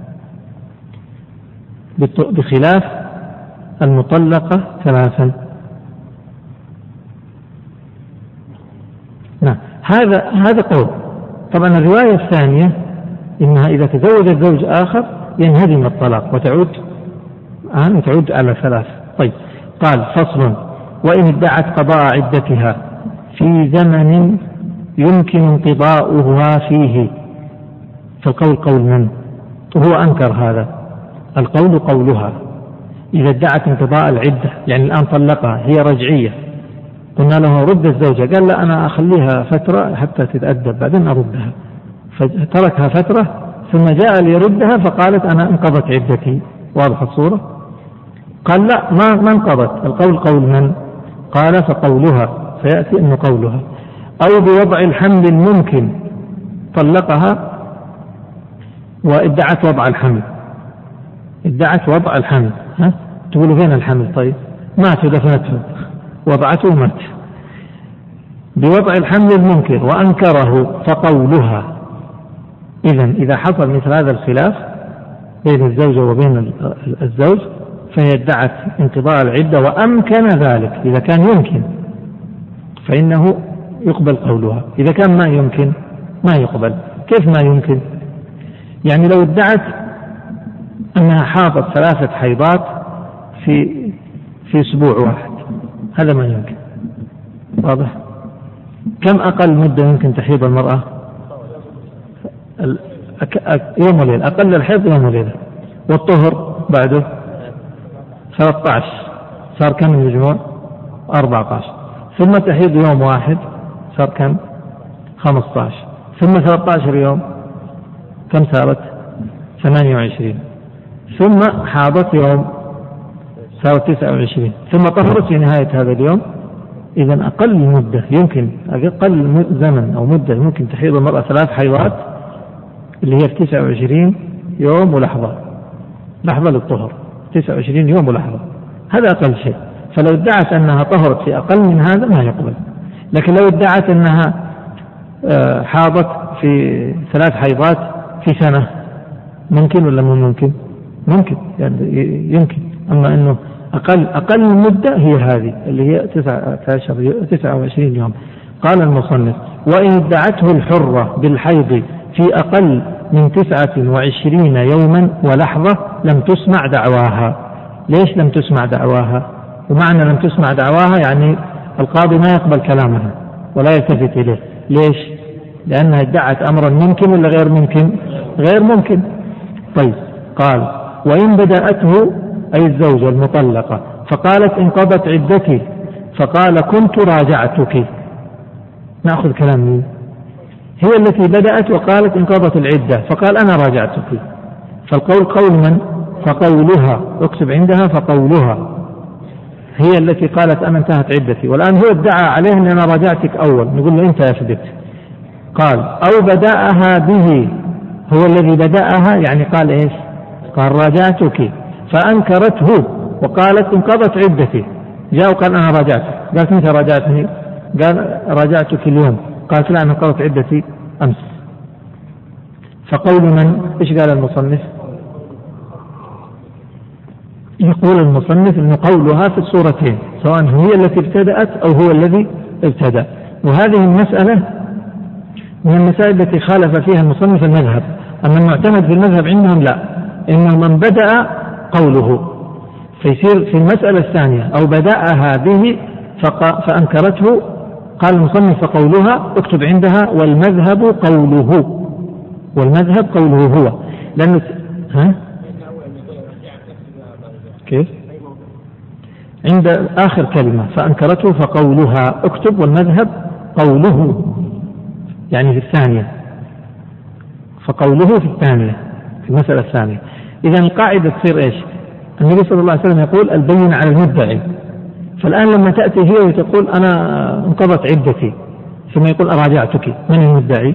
بخلاف المطلقة ثلاثا. نعم، هذا هذا قول. طبعا الرواية الثانية إنها إذا تزوجت زوج آخر ينهدم الطلاق وتعود آه تعود على ثلاث. طيب، قال فصل: وإن ادعت قضاء عدتها في زمن يمكن انقضاؤها فيه، فالقول قول من؟ هو أنكر هذا. القول قولها إذا ادعت انقضاء العدة، يعني الآن طلقها هي رجعية، قلنا له رد الزوجة، قال لا أنا أخليها فترة حتى تتأدب بعدين أردها، فتركها فترة ثم جاء ليردها فقالت أنا انقضت عدتي. واضح الصورة؟ قال لا ما ما انقضت. القول قول من؟ قال فقولها، سيأتي أنه قولها. أو بوضع الحمل الممكن، طلقها وادعت وضع الحمل، ادعت وضع الحمل، ها تقولوا فين الحمل؟ طيب مات ودفنته، وضعته ومات. بوضع الحمل الممكن وأنكره فقولها. إذن إذا حصل مثل هذا الخلاف بين الزوجة وبين الزوج فهي ادعت انقضاء العدة وأمكن ذلك، إذا كان يمكن فإنه يقبل قولها، إذا كان ما يمكن ما يقبل. كيف ما يمكن؟ يعني لو ادعت أنها حاضت ثلاثة حيضات في في أسبوع واحد، هذا ما يمكن. واضح؟ كم أقل مدة يمكن تحيض المرأة؟ يوم وليلة، أقل الحيض يوم وليلة، والطهر بعده ثلاثة عشر، صار كم المجموع؟ أربعة عشر، ثم تحيض يوم واحد صار كم؟ خمسة عشر، ثم ثلاثة عشر يوم كم صارت؟ ثمانية وعشرين، ثم حاضت يوم صارت تسعة وعشرين، ثم طهرت في نهاية هذا اليوم. إذن أقل مدة يمكن، أقل زمن أو مدة ممكن تحيض المرأة ثلاث حيضات اللي هي في تسعة وعشرين يوم ولحظة، لحظة للطهر، تسعة وعشرين يوم ولحظة، هذا أقل شيء. فلو ادعت أنها طهرت في أقل من هذا ما يقبل. لكن لو ادعت أنها حاضت في ثلاث حيضات في سنة، ممكن ولا مو ممكن؟ ممكن، يعني يمكن. أما أنه أقل أقل مدة هي هذه اللي هي تسعة وعشرين يوم. قال المصنف: وإن ادعته الحرة بالحيض في أقل من تسعة وعشرين يوما ولحظة لم تسمع دعواها. ليش لم تسمع دعواها؟ ومعنى لم تسمع دعواها يعني القاضي ما يقبل كلامها ولا يلتفت إليه. ليش؟ لأنها ادعت أمرا ممكن ولا غير ممكن؟ غير ممكن. طيب، قال: وإن بدأته أي الزوجة المطلقة فقالت انقضت عدتي، فقال كنت راجعتك. نأخذ كلام مين؟ هي التي بدأت وقالت انقضت العدة، فقال أنا راجعتك. فالقول قول من؟ فقولها. اكتب عندها فقولها. هي التي قالت أنا انتهت عدتي، والآن هو ادعى عليه أن أنا راجعتك أول. نقول له أنت أثبت. قال: أو بدأها به، هو الذي بدأها يعني قال إيش؟ قال راجعتك، فأنكرته وقالت انقضت عدتي. جاء وقال أنا راجعتك. قالت متى راجعتني؟ قال راجعتك اليوم. قالت لا، أنا انقضت عدتي أمس. فقول من؟ إيش قال المصنف؟ يقول المصنف أن قولها في الصورتين، سواء هي التي ابتدأت أو هو الذي ابتدأ. وهذه المسألة من المسائل التي خالف فيها المصنف المذهب. أما المعتمد في المذهب عندهم لا، إنه من بدأ قوله. فيصير في المسألة الثانية أو بدأها به فأنكرته، قال المصنف فقولها. اكتب عندها والمذهب قوله، والمذهب قوله هو. لأنه ها؟ كيف؟ عند آخر كلمة فأنكرته فقولها اكتب والمذهب قوله، يعني في الثانية، فقوله في الثانية في المسألة الثانية. إذا القاعدة تصير إيش؟ النبي صلى الله عليه وسلم يقول البين على المدعي. فالآن لما تأتي هي وتقول أنا انقضت عدتي ثم يقول أراجعتك، من المدعي؟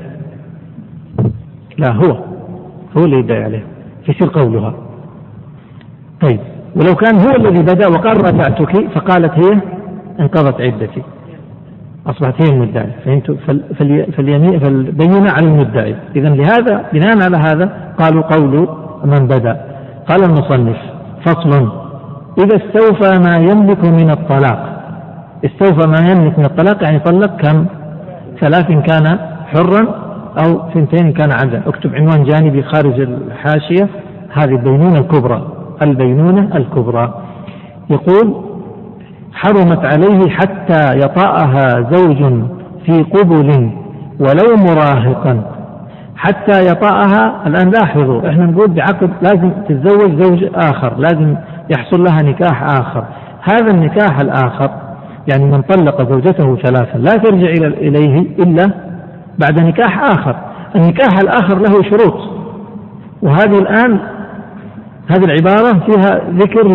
لا، هو هو اللي يدعي عليه، فيصير قولها. طيب، ولو كان هو الذي بدأ وقال راجعتك فقالت هي انقضت عدتي، أصبحت هي المدعي. فهمتوا؟ فاليمين فالبينة على المدعي. إذن لهذا بناء على هذا قالوا قول من بدأ. قال المصنف: فصل: إذا استوفى ما يملك من الطلاق. استوفى ما يملك من الطلاق يعني طلق كم؟ ثلاث كان حرا أو ثنتين كان عبدا. اكتب عنوان جانبي خارج الحاشية: هذه البينونة الكبرى. البينونة الكبرى. يقول: حرمت عليه حتى يطأها زوج في قبل ولو مراهقا. حتى يطأها، الآن لاحظوا احنا نقول بعقد لازم تتزوج زوج آخر، لازم يحصل لها نكاح آخر. هذا النكاح الآخر يعني من طلق زوجته ثلاثا لا ترجع إليه إلا بعد نكاح آخر. النكاح الآخر له شروط، وهذه الآن هذه العبارة فيها ذكر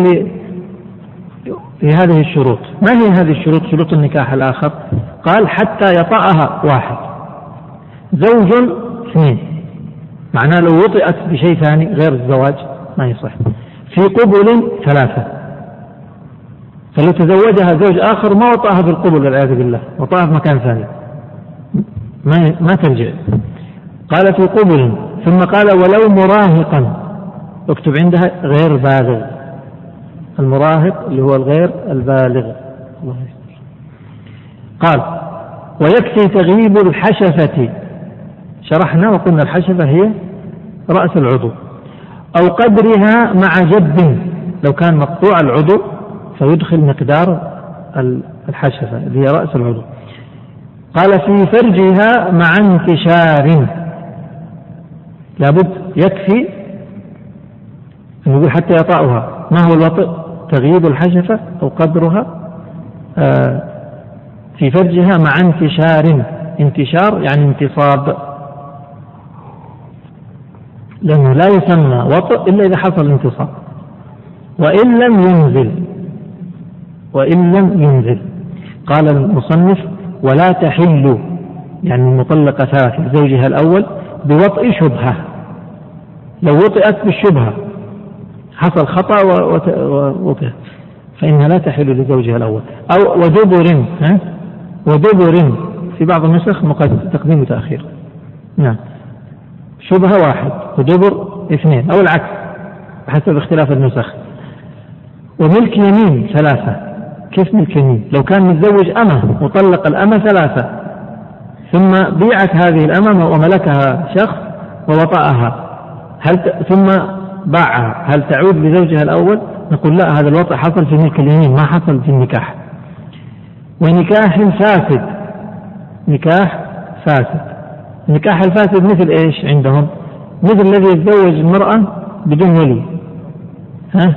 في هذه الشروط. ما هي هذه الشروط؟ شروط النكاح الآخر. قال: حتى يطأها واحد، زوج اثنين، معناه لو وطئت بشيء ثاني غير الزواج ما يصح. في قبل ثلاثة، فلو تزوجها زوج آخر ما وطأها بالقبل والعياذ بالله، وطأها في مكان ثاني ما ما ترجع. قال في قبل، ثم قال ولو مراهقا. اكتب عندها غير بالغ. المراهق اللي هو الغير البالغ. قال: ويكفي تغييب الحشفة. شرحنا وقلنا الحشفة هي رأس العضو، أو قدرها مع جب. لو كان مقطوع العضو فيدخل مقدار الحشفة اللي هي رأس العضو. قال: في فرجها مع انتشار. لابد يكفي نقول حتى يطأها. ما هو الوطئ؟ تغييب الحشفة أو قدرها آه في فرجها مع انتشار. انتشار يعني انتصاب، لأنه لا يسمى وطئ إلا إذا حصل انتصاب. وإن لم ينزل وإن لم ينزل قال المصنف: ولا تحل يعني المطلقة ثلاث زوجها الأول بوطئ شبهة. لو وطئت بالشبهة حصل خطأ ووطئت فإنها لا تحل لزوجها الأول. أو ودبر ها ودبر في بعض النسخ تقديم وتأخير. نعم. شبهة واحد ودبر اثنين أو العكس حسب اختلاف النسخ. وملك يمين ثلاثة. كيف ملك يمين؟ لو كان متزوج أمة وطلق الأمة ثلاثة ثم بيعت هذه الأمة وملكها شخص ووطأها هل ت... ثم باعها هل تعود لزوجها الأول؟ نقول لا، هذا الوطأ حصل في ملك اليمين ما حصل في النكاح. ونكاح فاسد، نكاح فاسد. النكاح الفاسد مثل إيش عندهم؟ مثل الذي يتزوج المرأة بدون ولي، ها؟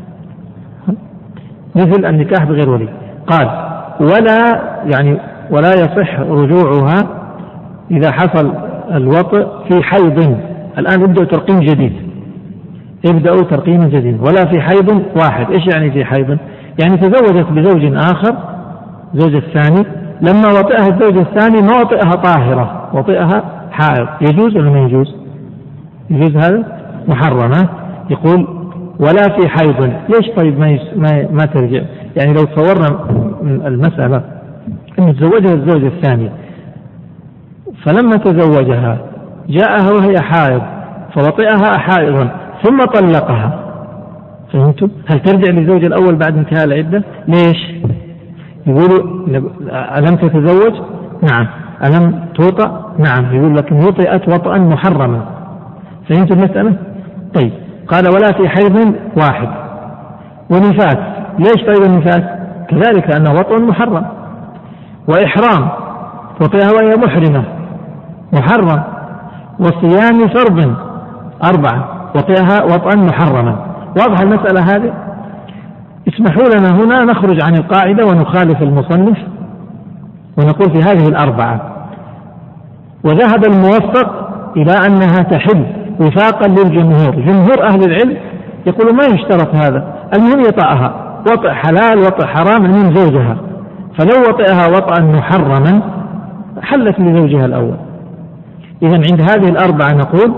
مثل النكاح بغير ولي. قال ولا يعني ولا يصح رجوعها إذا حصل الوطء في حيض. الآن يبدأ ترقيم جديد، يبدأ ترقيم جديد. ولا في حيض واحد. إيش يعني في حيض؟ يعني تزوجت بزوج آخر، زوج الثاني، لما وطئها الزوج الثاني ما وطئها طاهرة، وطئها حائض، يجوز ولا ما يجوز؟ يجوز، هذا محرمة. يقول ولا في حيض. ليش طيب ما, ما, ما ترجع؟ يعني لو تصورنا المسألة أن تزوجها الزوج الثاني فلما تزوجها جاءها وهي حائض فوطئها حائضا ثم طلقها، فهمتم؟ هل ترجع للزوج الأول بعد انتهاء العدة؟ ليش؟ يقولوا ألم تتزوج؟ نعم. ألم توطأ؟ نعم. يقول لكن وطئت وطئا محرما. فهمتم المسألة؟ طيب. قال ولا في حيض واحد. ونفاس. ليش طيب النفاس؟ كذلك أنه وطئ محرم. وإحرام، وطئها وهي محرمة محرم. وصيام فرض أربعة، وطئها وطئا محرما. واضح المسألة هذه؟ اسمحوا لنا هنا نخرج عن القاعدة ونخالف المصنف ونقول في هذه الأربعة. وذهب الموفق إلى أنها تحل وفاقا للجمهور. جمهور أهل العلم يقولوا ما يشترط هذا، المهم يطأها وطئ حلال وطئ حرام من زوجها، فلو وطئها وطئا محرما حلت لزوجها الأول. إذن عند هذه الأربعة نقول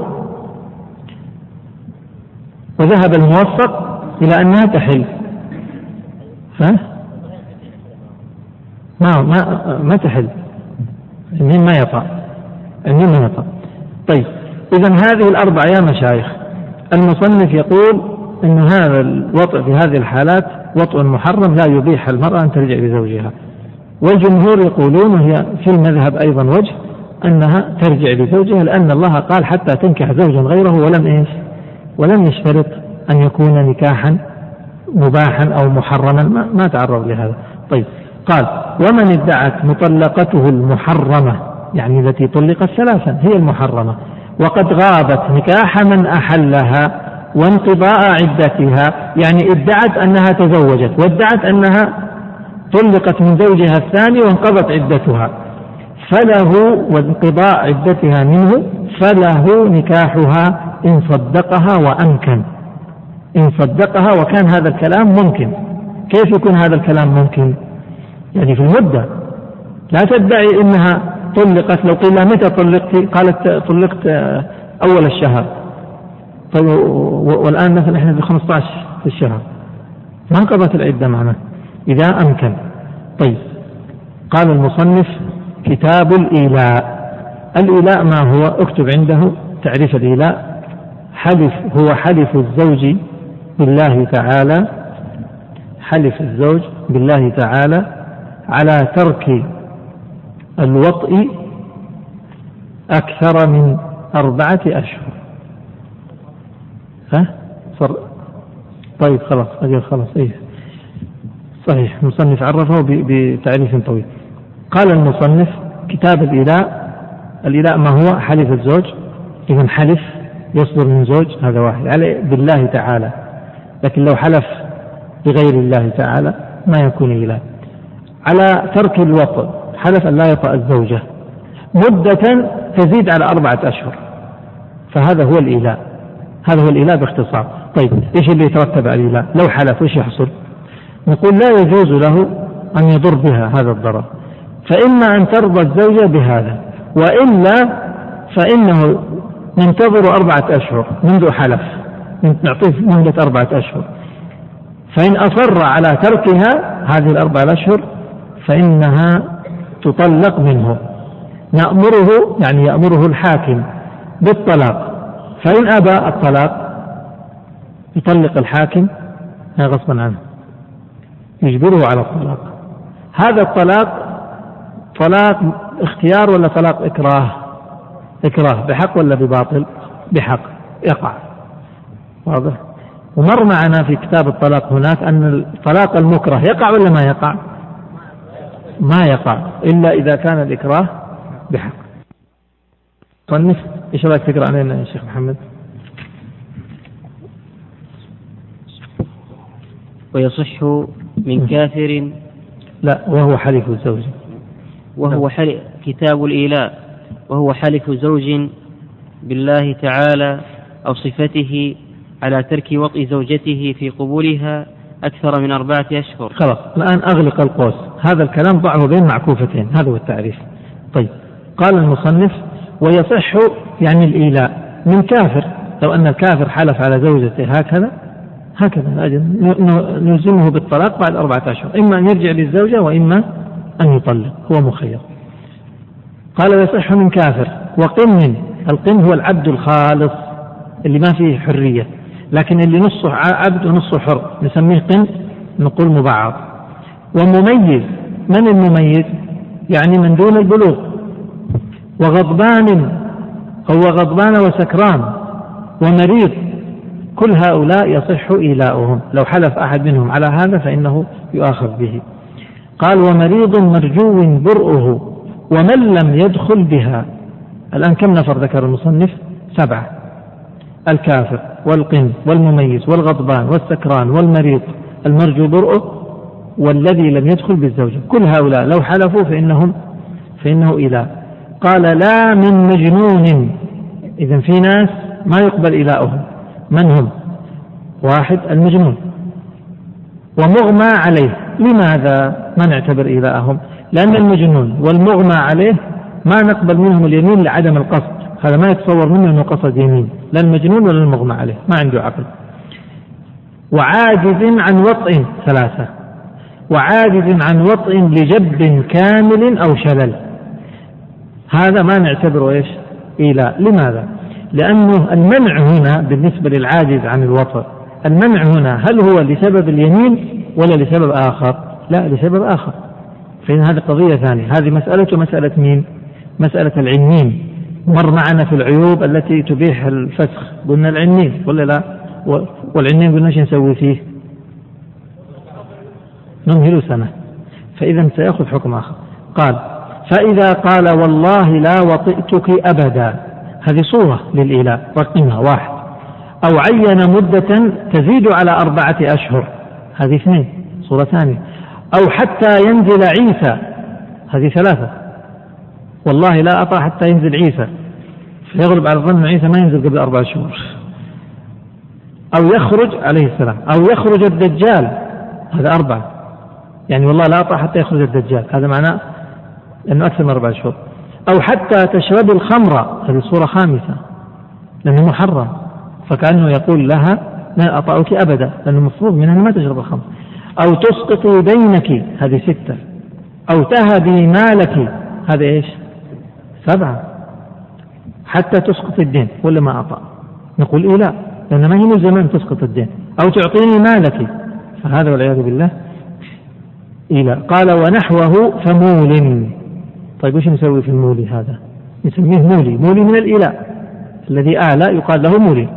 وذهب الموفق إلى أنها تحل. ها؟ ما ما ما تحل، المهم ما يطأ، المهم ما يطأ. طيب. إذن هذه الأربعة يا مشايخ المصنف يقول إن هذا الوطء في هذه الحالات وطء محرم لا يبيح المرأة أن ترجع لزوجها. والجمهور يقولون، وهي في المذهب أيضا وجه، أنها ترجع لزوجها لأن الله قال حتى تنكح زوجا غيره ولم إيش ولم يشترط أن يكون نكاحا مباحا أو محرما، ما, ما تعرض لهذا. طيب. قال ومن ادعت مطلقته المحرمة، يعني التي طلقت ثلاثا هي المحرمة، وقد غابت نكاح من أحلها وانقضاء عدتها، يعني ادعت أنها تزوجت وادعت أنها طلقت من زوجها الثاني وانقضت عدتها، فله وانقضاء عدتها منه فله نكاحها إن صدقها وأمكن. إن صدقها وكان هذا الكلام ممكن. كيف يكون هذا الكلام ممكن؟ يعني في المدة، لا تدعي إنها طلقت. لو قيل متى طلقت قالت طلقت أول الشهر، طيب والآن مثلا إحنا في خمسة عشر في الشهر ما انقضت العدة معنا إذا أمكن. طيب. قال المصنف كتاب الإيلاء. الإيلاء ما هو؟ اكتب عنده تعريف الإيلاء: حلف هو حلف الزوج بالله تعالى، حلف الزوج بالله تعالى على ترك الوطء أكثر من أربعة أشهر. ها؟ صر... طيب خلاص أجل خلاص. إيه صحيح، المصنف عرفه بتعريف طويل. قال المصنف كتاب الإيلاء. الإيلاء ما هو؟ حلف الزوج. إذن حلف يصدر من زوج، هذا واحد، على بالله تعالى. لكن لو حلف بغير الله تعالى ما يكون إيلاء. على ترك الوطء، حلف أن لا يطأ الزوجة مدة تزيد على أربعة أشهر، فهذا هو الإيلاء. هذا هو الإيلاء باختصار. طيب إيش اللي يترتب على الإيلاء؟ لو حلف إيش يحصل؟ نقول لا يجوز له أن يضر بها هذا الضرر، فإما أن ترضى الزوجة بهذا، وإلا فإنه ننتظر أربعة أشهر منذ حلف، نعطيه مهلة أربعة أشهر، فإن أصر على تركها هذه الأربعة أشهر فإنها تطلق منه نأمره يعني يأمره الحاكم بالطلاق، فإن أبى الطلاق يطلق الحاكم غصبا عنه، يجبره على الطلاق. هذا الطلاق طلاق اختيار ولا طلاق إكراه؟ إكراه بحق ولا بباطل؟ بحق، يقع. واضح؟ ومر معنا في كتاب الطلاق هناك أن الطلاق المكره يقع ولا ما يقع؟ ما يقع إلا إذا كان الإكراه بحق. صنف، إيش رأيك تقرأ علينا يا شيخ محمد؟ ويصح من كافر، لا وهو حلف الزوج، وهو حلف كتاب الإيلاء، وهو حلف زوج بالله تعالى أو صفته على ترك وطئ زوجته في قبولها أكثر من أربعة أشهر. خلاص الآن أغلق القوس، هذا الكلام ضعه بين معكوفتين، هذا هو التعريف. طيب قال المصنف ويصح يعني الإيلاء من كافر، لو أن الكافر حلف على زوجته هكذا هكذا نلزمه بالطلاق بعد أربعة أشهر، إما أن يرجع للزوجة وإما أن يطلق، هو مخير. قال ويصح من كافر وقن، القن هو العبد الخالص اللي ما فيه حرية، لكن اللي نصه عبد ونصه حر نسميه قن، نقول مبعض. ومميز، من المميز؟ يعني من دون البلوغ. وغضبان، هو غضبان وسكران ومريض، كل هؤلاء يصح إيلاؤهم، لو حلف أحد منهم على هذا فإنه يؤاخذ به. قال ومريض مرجو برؤه ومن لم يدخل بها. الآن كم نفر ذكر المصنف؟ سبعة: الكافر والقن والمميز والغضبان والسكران والمريض المرجو برؤه والذي لم يدخل بالزوجة، كل هؤلاء لو حلفوا فإنهم فإنه إيلاء. قال لا من مجنون، إذن في ناس ما يقبل إيلاؤهم، من هم؟ واحد المجنون، ومغمى عليه. لماذا ما نعتبر إيلاءهم؟ لأن المجنون والمغمى عليه ما نقبل منهم اليمين لعدم القصد، هذا ما يتصور منه أنه قصد يمين، لا المجنون ولا المغمى عليه، ما عنده عقل. وعاجز عن وطئ، ثلاثة: وعاجز عن وطئ لجب كامل أو شلل، هذا ما نعتبره إيش؟ إيلاء. لماذا؟ لأنه المنع هنا بالنسبة للعاجز عن الوطئ، المنع هنا هل هو لسبب اليمين ولا لسبب آخر؟ لا، لسبب آخر، فإن هذه قضية ثانية. هذه مسألة مسألة مين؟ مسألة العنين. مر معنا في العيوب التي تبيح الفسخ قلنا العنين ولا لا؟ والعنين قلنا شو نسوي فيه؟ نمهل سنة، فإذا سيأخذ حكم آخر. قال فإذا قال والله لا وطئتك أبدا، هذه صورة للإيلاء رقمها واحد. أو عين مدة تزيد على أربعة أشهر، هذه اثنين، صورة ثانية. أو حتى ينزل عيسى، هذه ثلاثة، والله لا أطاع حتى ينزل عيسى، فيغلب على الظن عيسى ما ينزل قبل أربعة شهور. أو يخرج عليه السلام، أو يخرج الدجال، هذا أربعة، يعني والله لا أطاع حتى يخرج الدجال، هذا معناه أنه أكثر من أربعة شهور. أو حتى تشرب الخمر، هذه صورة خامسة لأنه محرم، فكأنه يقول لها لا أطاعك أبدا، لأنه مفروض منها ما تشرب الخمر. أو تسقطي دينك، هذه ستة. أو تهبي مالك، هذا إيش؟ سبعة. حتى تسقط الدين ولا ما أطاع، نقول إيه لا، لأن ما هي من زمان تسقط الدين. أو تعطيني مالك، فهذا والعياذ بالله إيه. قال ونحوه فمول. طيب وش نسوي في المولي هذا؟ نسميه مولي، مولي من الإيلاء، الذي أعلى يقال له مولي.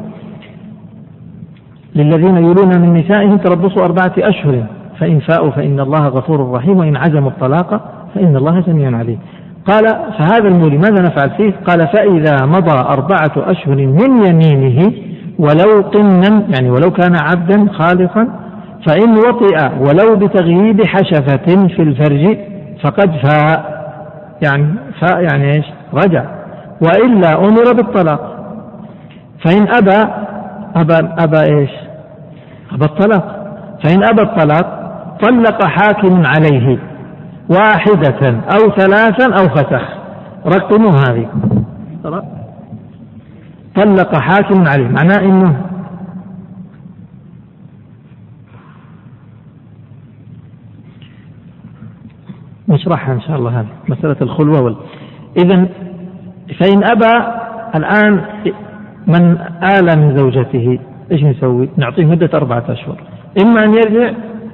للذين يولون من نسائهم تربصوا أربعة أشهر فإن فاءوا فإن الله غفور رحيم وإن عزموا الطلاق فإن الله سميع عليم. قال فهذا المولي ماذا نفعل فيه؟ قال فإذا مضى أربعة أشهر من يمينه ولو قنا، يعني ولو كان عبدا خالصا، فإن وطئ ولو بتغييب حشفة في الفرج فقد فاء، يعني فاء يعني إيش؟ رجع، وإلا أمر بالطلاق. فإن أبى أبى, أبى إيش؟ أبى الطلاق. فإن أبى الطلاق طلق حاكم عليه واحدة أو ثلاثا أو فسخ، رقموا هذه، طلق حاكم عليه، معناه إنه نشرحها إن شاء الله. هذه مسألة الخلوة وال... إذن فإن أبى الآن من آل من زوجته إيش نسوي؟ نعطيه مدة أربعة أشهر، إما أن يرجع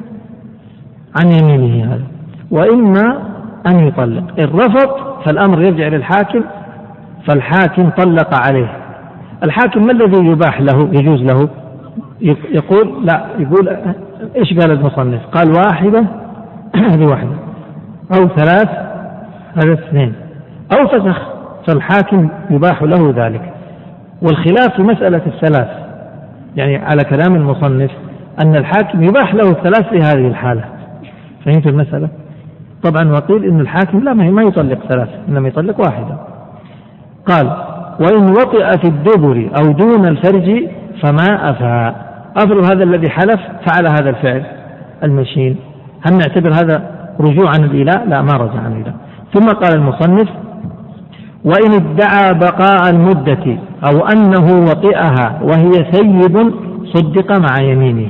عن يمينه هذا وإما أن يطلق. إن رفض فالأمر يرجع للحاكم، فالحاكم طلق عليه. الحاكم ما الذي يباح له يجوز له؟ يقول لا، يقول إيش قال المصنف؟ قال واحدة هذه واحدة، أو ثلاث هذا اثنين، أو فسخ، فالحاكم يباح له ذلك. والخلاف في مسألة الثلاث يعني على كلام المصنف أن الحاكم يباح له الثلاث في هذه الحالة. فهمت المسألة؟ طبعا وقيل إن الحاكم لا ما يطلق ثلاث، إنما يطلق واحدة. قال وإن وطئ في الدبر أو دون الفرج فما أفى. أفرض هذا الذي حلف فعل هذا الفعل المشين، هل نعتبر هذا رجوع عن الإيلاء؟ لا، ما رجع عن الإيلاء. ثم قال المصنف وإن ادعى بقاء المدة أو أنه وطئها وهي ثيب صدق مع يمينه.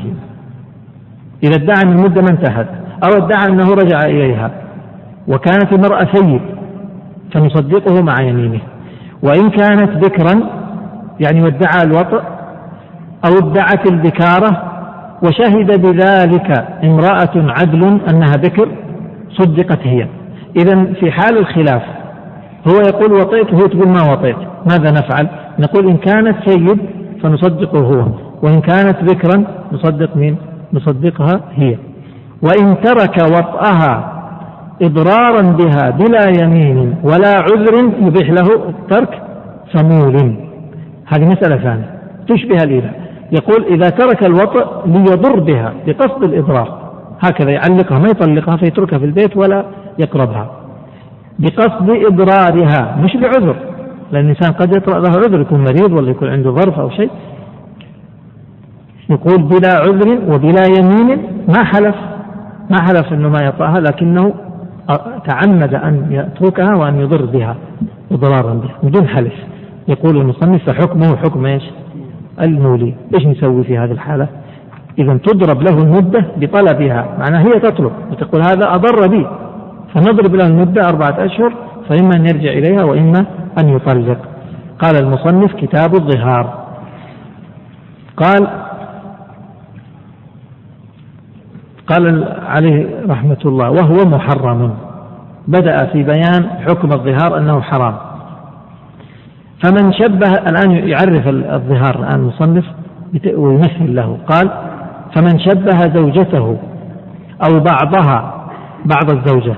إذا ادعى أن المدة ما انتهت أو ادعى أنه رجع إليها وكانت المرأة ثيب فنصدقه مع يمينه. وإن كانت بكرا يعني وادعى الوطئ أو ادعت البكارة وشهد بذلك امرأة عدل أنها بكر صدقت هي. إذن في حال الخلاف هو يقول وطئت وهو تقول ما وطئت، ماذا نفعل؟ نقول إن كانت ثيب فنصدقه هو، وإن كانت بكرا نصدق مين؟ نصدقها هي. وإن ترك وطئها إضرارا بها بلا يمين ولا عذر يبيح له الترك فمول. هذه مسألة ثانية تشبه الإيلاء. يقول إذا ترك الوطئ ليضر بها بقصد الإضرار، هكذا يعلقها ما يطلقها فيتركها في البيت ولا يقربها بقصد إضرارها مش بعذر، لأن الإنسان قد يطرأ له عذر، يكون مريض ولا يكون عنده ظرف أو شيء. يقول بلا عذر وبلا يمين، ما حلف ما حلف أنه ما يطأها لكنه تعمد أن يتركها وأن يضر بها إضرارا بها بدون حلف. يقول المصنف فحكمه حكم إيش؟ المولي. إيش نسوي في هذه الحالة؟ إذا تضرب له المدة بطلبها، معناها هي تطلب وتقول هذا أضر بي، فنضرب له المدة أربعة أشهر، فإما أن يرجع إليها وإما أن يطلق. قال المصنف كتاب الظهار. قال قال عليه رحمة الله وهو محرم. بدأ في بيان حكم الظهار أنه حرام. فمن شبه، الآن يعرف الظهار الآن المصنف ويمثل له. قال فمن شبه زوجته أو بعضها بعض الزوجة،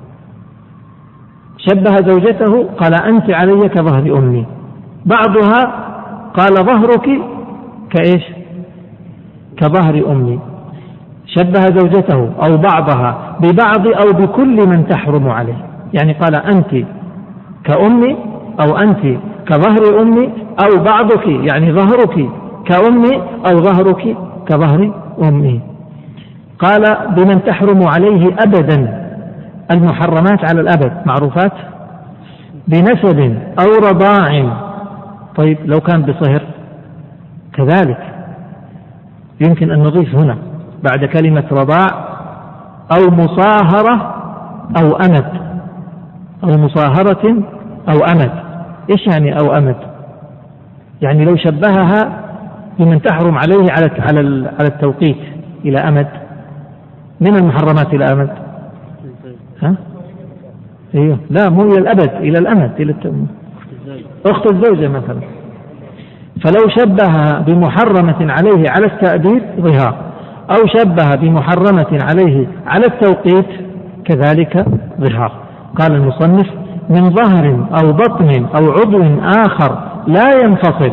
شبه زوجته قال أنت علي كظهر أمي، بعضها قال ظهرك كإيش؟ كظهر أمي. شبه زوجته أو بعضها ببعض أو بكل من تحرم عليه، يعني قال أنت كأمي أو أنت كظهر أمي أو بعضك يعني ظهرك كأمي أو ظهرك كظهر أمي. قال بمن تحرم عليه أبدا، المحرمات على الأبد معروفات، بنسب أو رضاع. طيب لو كان بصهر كذلك يمكن أن نضيف هنا بعد كلمة رضاع أو مصاهرة أو أمد، أو مصاهرة أو أمد. إيش يعني أو أمد؟ يعني لو شبهها بمن تحرم عليه على على التوقيت إلى أمد، من المحرمات إلى أمد؟ ها؟ أيوه لا مو إلى الأبد، إلى الأمد، إلى التوقيت. أخت الزوجة مثلا، فلو شبهها بمحرمة عليه على التأديب ظهار، أو شبه بمحرمة عليه على التوقيت كذلك ظهار. قال المصنف من ظهر أو بطن أو عضو آخر لا ينفصل.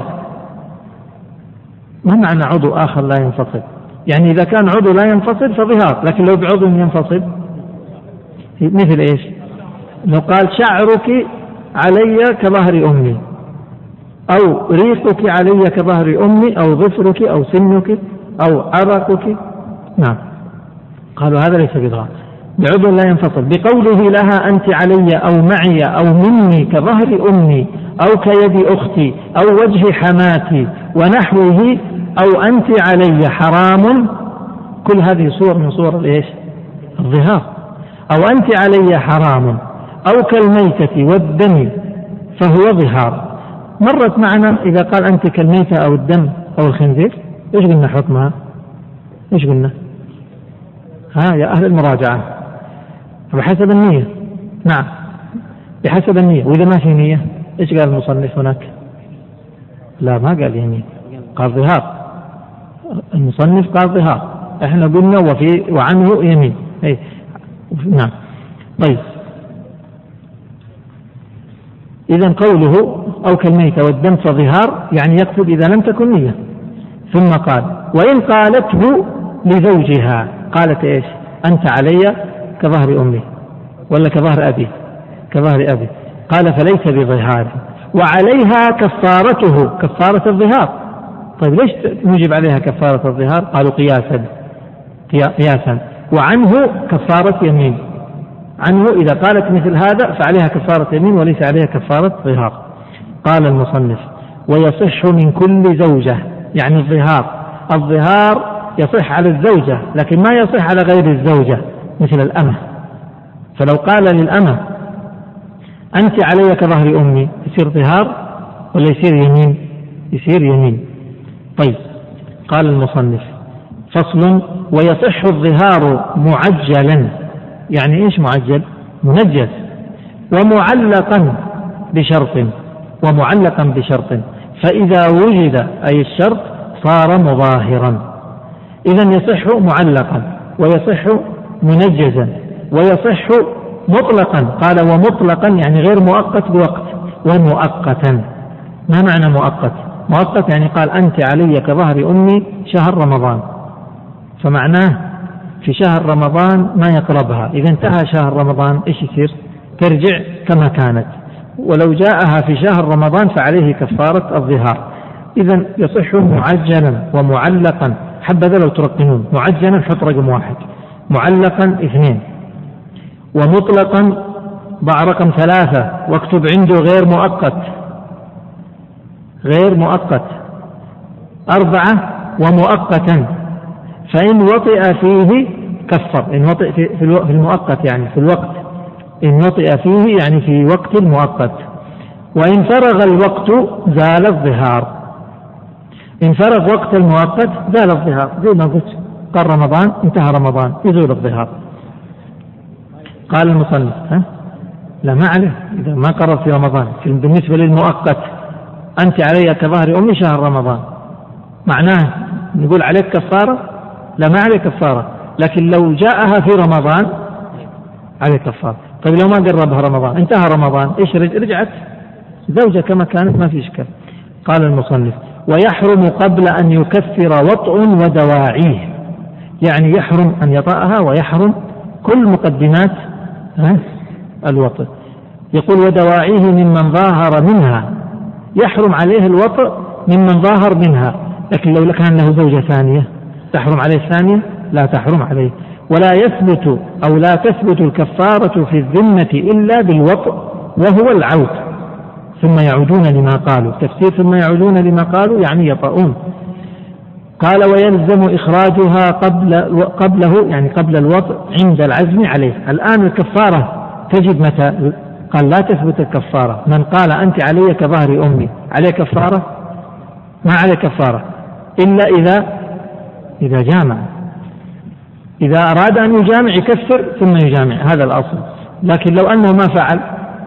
ما معنى عضو آخر لا ينفصل؟ يعني إذا كان عضو لا ينفصل فظهار، لكن لو بعضو ينفصل مثل إيش؟ لو قال شعرك علي كظهر أمي، أو ريقك علي كظهر أمي، أو ظفرك أو سنك أو عرقك، نعم قالوا هذا ليس بظهار، بعضو لا ينفصل. بقوله لها أنت علي أو معي أو مني كظهر أمي أو كيد أختي أو وجه حماتي ونحوه، أو أنت علي حرام، كل هذه صور من صور الإيش؟ الظهار. أو أنت علي حرام أو كالميتة والدم فهو ظهار. مرت معنا إذا قال أنت كالميتة أو الدم أو الخنزير إيش قلنا حكمها؟ إيش قلنا؟ ها يا أهل المراجعة بحسب النية. نعم بحسب النية. وإذا ما في نية إيش قال المصنف هناك؟ لا ما قال يمين، قال ظهار. المصنف قال ظهار، احنا قلنا وفي وعنه يمين. أي نعم. طيب إذن قوله أو كالميت والدم فظهار يعني يقصد إذا لم تكن نية. ثم قال وإن قالته لزوجها، قالت إيش؟ أنت علي كظهر أمي ولا كظهر أبي؟ كظهر أبي. قال فليس بظهار وعليها كفارته كفارة الظهار. طيب ليش نجب عليها كفارة الظهار؟ قالوا قياسا قياسا وعنه كفارة يمين. عنه إذا قالت مثل هذا فعليها كفارة يمين وليس عليها كفارة ظهار. قال المصنف ويصح من كل زوجة، يعني الظهار الظهار يصح على الزوجة لكن ما يصح على غير الزوجة مثل الأمة. فلو قال للأمة أنت علي كظهر أمي يصير ظهار ولا يصير يمين؟ يصير يمين. طيب قال المصنف فصل ويصح الظهار معجلا، يعني إيش معجل؟ منجز. ومعلقا بشرط ومعلقا بشرط فإذا وجد أي الشرط صار مظاهرا. إذن يصح معلقا ويصح منجزا ويصح مطلقا. قال ومطلقا يعني غير مؤقت بوقت. ومؤقتا ما معنى مؤقت؟ مؤقت يعني قال أنت علي كظهر أمي شهر رمضان، فمعناه في شهر رمضان ما يقربها. إذا انتهى شهر رمضان إيش يصير؟ ترجع كما كانت. ولو جاءها في شهر رمضان فعليه كفارة الظهار. إذا يصح معجلا ومعلقا. حبذا لو ترقمون معجلا حط رقم واحد، معلقا اثنين، ومطلقا ضع رقم ثلاثة واكتب عنده غير مؤقت غير مؤقت أربعة، ومؤقتا فإن وطئ فيه كفر. إن وطئ في المؤقت يعني في الوقت، إن وطئ فيه يعني في وقت المؤقت. وإن فرغ الوقت زال الظهار. إن فرغ وقت المؤقت زال الظهار زي ما قلت قال رمضان انتهى رمضان يزول الظهار. قال المصنف ها؟ لا ما عليه إذا ما قرر في رمضان. بالنسبة للمؤقت أنت علي كظهر أمي شهر رمضان معناه نقول عليك كفارة؟ لا ما عليك كفارة، لكن لو جاءها في رمضان عليك كفارة. طيب لو ما قربها رمضان انتهى رمضان إيش رجعت زوجة كما كانت ما في إشكال. قال المصنف ويحرم قبل أن يكفر وطء ودواعيه، يعني يحرم أن يطأها ويحرم كل مقدمات الوطء. يقول ودواعيه ممن ظاهر منها، يحرم عليه الوطء ممن ظاهر منها. لكن لو كان له زوجة ثانية تحرم عليه الثانية؟ لا تحرم عليه. ولا يثبت أو لا تثبت الكفارة في الذمة إلا بالوطء وهو العود. ثم يعودون لما قالوا تفسير ثم يعودون لما قالوا يعني يطؤون. قال ويلزم إخراجها قبل قبله يعني قبل الوطء عند العزم عليه. الآن الكفارة تجد متى؟ قال لا تثبت الكفارة. من قال أنت علي كظهر أمي عليه كفارة؟ ما عليه كفارة إلا إذا إذا جامع. إذا أراد أن يجامع يكفر ثم يجامع، هذا الأصل. لكن لو أنه ما فعل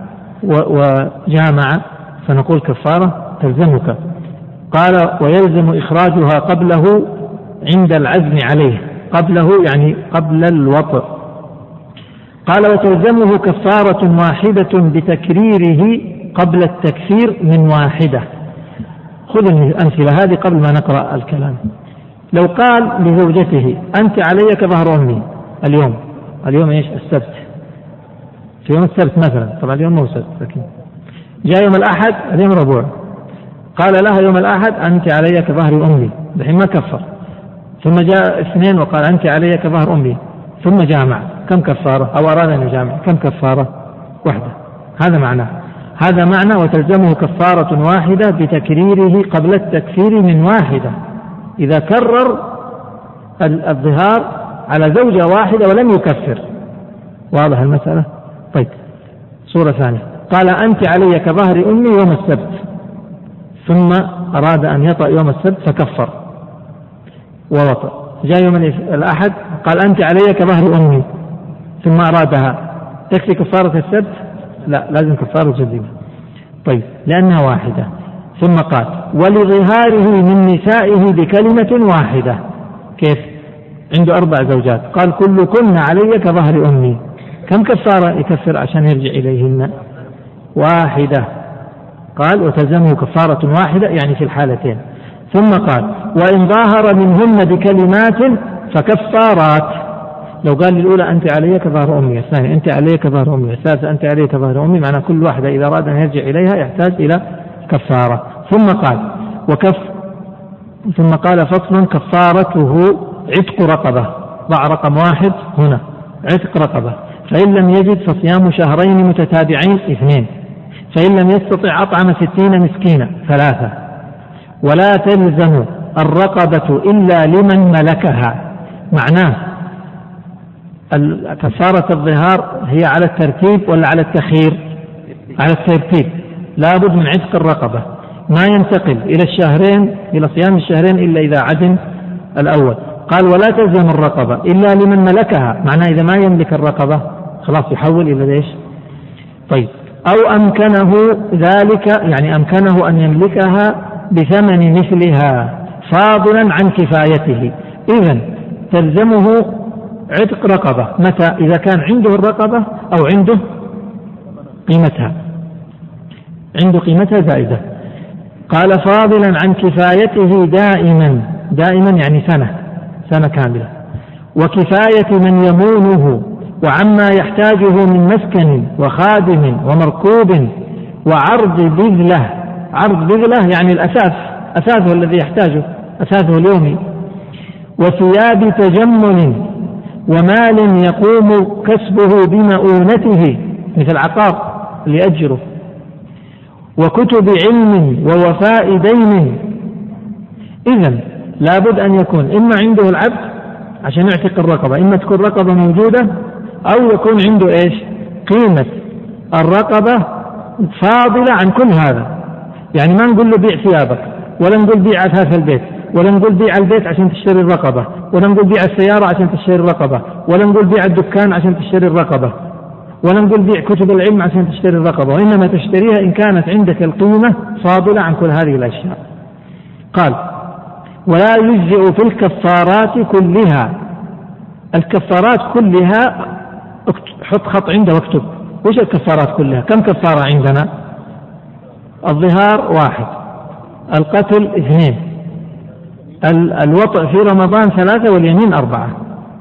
وجامع فنقول كفارة تلزمك. قال ويلزم إخراجها قبله عند العزم عليه. قبله يعني قبل الوطء. قال وتلزمه كفارة واحدة بتكريره قبل التكفير من واحدة. خذ الأمثلة هذه قبل ما نقرأ الكلام. لو قال لزوجته أنت علي كظهر أمي اليوم، اليوم إيش؟ السبت، في يوم السبت مثلا، طبعا اليوم مو سبت لكن جاء يوم الأحد اليوم ربوع، قال لها يوم الأحد أنت علي كظهر أمي، الحين ما كفر. ثم جاء اثنين وقال أنت علي كظهر أمي ثم جامع، كم كفارة؟ أو أراد أن يجامع كم كفارة؟ واحدة. هذا معناه هذا معنى وتلزمه كفارة واحدة بتكريره قبل التكفير من واحدة. إذا كرر الظهار على زوجة واحدة ولم يكفر. واضح المسألة؟ طيب صورة ثانية، قال أنت علي كظهر أمي يوم السبت، ثم أراد أن يطأ يوم السبت فكفر ووطأ. جاء يوم الأحد قال أنت علي كظهر أمي ثم أرادها، تكفي كفارة السبت؟ لا، لازم كفارة جديدة. طيب، لأنها واحدة. ثم قال ولظهاره من نسائه بكلمة واحدة. كيف؟ عنده أربع زوجات، قال كل كن علي كظهر أمي، كم كفارة يكفر عشان يرجع إليهن؟ واحدة. قال وتلزمه كفارة واحدة، يعني في الحالتين. ثم قال وإن ظاهر منهن بكلمات فكفارات. لو قال للأولى أنت علي كظهر أمي، الثانية أنت علي كظهر أمي، الثالثة أنت علي كظهر أمي، معنى كل واحدة إذا أراد أن يرجع إليها يحتاج إلى كفارة. ثم قال وكف ثم قال فصل كفارته عتق رقبة. ضع رقم واحد هنا، عتق رقبة. فإن لم يجد فصيام شهرين متتابعين اثنين، فإن لم يستطع أطعم ستين مسكينا ثلاثة. ولا تلزم الرقبة إلا لمن ملكها. معناه كفارة الظهار هي على الترتيب ولا على التخيير؟ على الترتيب، لا بد من عتق الرقبة، ما ينتقل إلى الشهرين إلى صيام الشهرين إلا إذا عدم الأول. قال ولا تلزم الرقبة إلا لمن ملكها، معناه إذا ما يملك الرقبة خلاص يحول إلى ليش؟ طيب، أو أمكنه ذلك، يعني أمكنه أن يملكها بثمن مثلها فاضلا عن كفايته. إذن تلزمه عتق رقبة متى؟ إذا كان عنده الرقبة أو عنده قيمتها، عنده قيمتها زائدة. قال فاضلا عن كفايته دائما، دائما يعني سنة، سنة كاملة. وكفاية من يمونه، وعما يحتاجه من مسكن وخادم ومركوب وعرض بذلة. عرض بذلة يعني الأساس، أساسه الذي يحتاجه، أساسه اليومي. وثياب تجمل، ومال يقوم كسبه بمؤونته مثل عقار ليأجره. وكتب علم ووفاء دين. إذن لابد أن يكون إما عنده العبد عشان يعتق الرقبة، إما تكون رقبة موجودة، أو يكون عنده إيش؟ قيمة الرقبة فاضلة عن كل هذا. يعني ما نقول له بيع ثيابك، ولا نقول بيع أثاث البيت، ولا نقول بيع البيت عشان تشتري الرقبة، ولا نقول بيع السيارة عشان تشتري الرقبة، ولا نقول بيع الدكان عشان تشتري الرقبة، ولا نقول بيع كتب العلم عشان تشتري الرقبة، وإنما تشتريها إن كانت عندك القيمة فاضلة عن كل هذه الأشياء. قال ولا يجزئ في الكفارات كلها. الكفارات كلها حط خط عنده واكتب وش الكفارات كلها. كم كفارة عندنا؟ الظهار واحد، القتل اثنين، الوطء في رمضان ثلاثة، واليمين أربعة.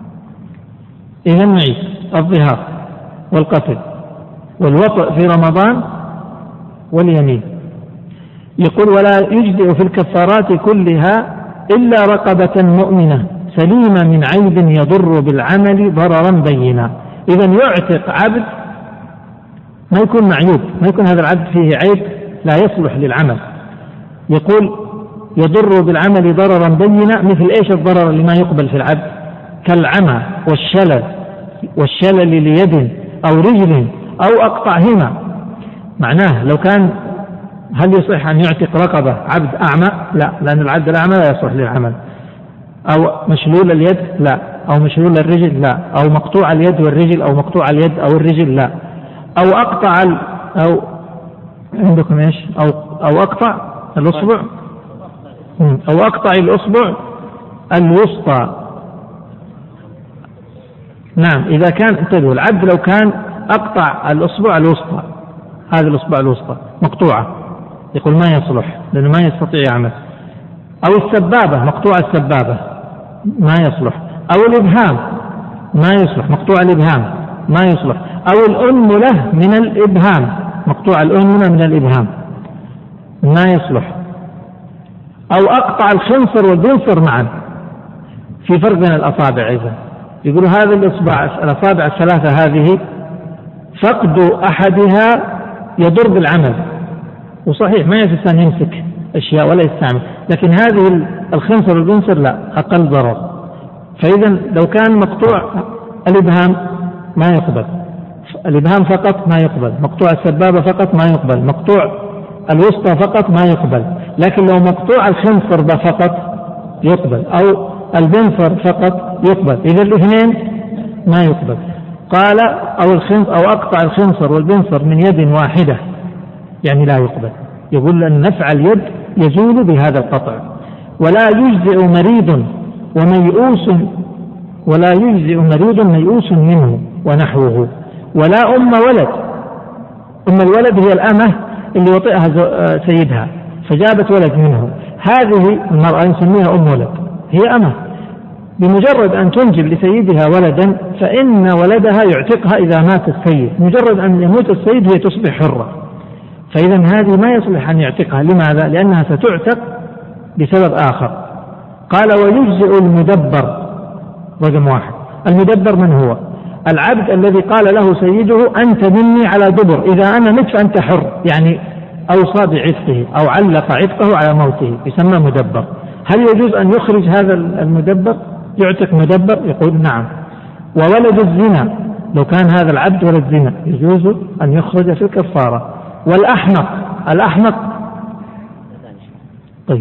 إذن نعيد: الظهار والقتل والوطء في رمضان واليمين. يقول ولا يجزئ في الكفارات كلها إلا رقبة مؤمنة سليمة من عيب يضر بالعمل ضررا بينا. إذن يعتق عبد ما يكون معيوب، ما يكون هذا العبد فيه عيب لا يصلح للعمل. يقول يضر بالعمل ضررا بينا. مثل ايش الضرر اللي ما يقبل في العبد؟ كالعمى والشلل، والشلل ليد او رجل او اقطعهما. معناه لو كان هل يصح ان يعتق رقبة عبد اعمى؟ لا، لان العبد الاعمى لا يصلح للعمل. او مشلول اليد؟ لا. او مشلول الرجل؟ لا. او مقطوع اليد والرجل، او مقطوع اليد او الرجل؟ لا. او اقطع ال... او عندكم ايش؟ او او اقطع الاصبع، او اقطع الاصبع الوسطى. نعم، اذا كان انتبهوا العبد لو كان اقطع الاصبع الوسطى، هذه الاصبع الوسطى مقطوعة، يقول ما يصلح لانه ما يستطيع يعمل. او السبابة، مقطوع السبابة ما يصلح. او الابهام ما يصلح، مقطوع الابهام ما يصلح. او الانملة من الابهام، مقطوع الانملة من الابهام ما يصلح. او اقطع الخنصر والبنصر معا، في فرق بين الاصابع ايضا. يقولوا هذه الاصبع الاصابع الثلاثة هذه فقد احدها يضر بالعمل، وصحيح ما يستطيع يمسك اشياء ولا يستعمل، لكن هذه الخنصر والبنصر لا، اقل ضرر. فاذا لو كان مقطوع الابهام ما يقبل، الإبهام فقط ما يقبل، مقطوع السبابة فقط ما يقبل، مقطوع الوسطى فقط ما يقبل، لكن لو مقطوع الخنصر فقط يقبل، أو البنصر فقط يقبل، إذا الاثنين ما يقبل. قال أو الخنصر أو أقطع الخنصر والبنصر من يد واحدة يعني لا يقبل. يقول أن نفع اليد يزول بهذا القطع. ولا يجزئ مريض وميؤوس ولا يجزئ مريض ميؤوس منه ونحوه، ولا أم ولد. أم الولد هي الأمة اللي وطئها سيدها فجابت ولد منه، هذه المرأة نسميها أم ولد، هي أمة، بمجرد أن تنجب لسيدها ولدا فإن ولدها يعتقها إذا مات السيد، مجرد أن يموت السيد هي تصبح حرة. فإذا هذه ما يصلح أن يعتقها. لماذا؟ لأنها ستعتق بسبب آخر. قال ويجزئ المدبر. رقم واحد، المدبر من هو؟ العبد الذي قال له سيده أنت مني على دبر، إذا أنا مت فأنت حر، يعني أوصى بعتقه أو علق عتقه على موته، يسمى مدبر. هل يجوز أن يخرج هذا المدبر يعتق مدبر؟ يقول نعم. وولد الزنا، لو كان هذا العبد ولد زنا يجوز أن يخرج في الكفارة. والأحمق، الأحمق طيب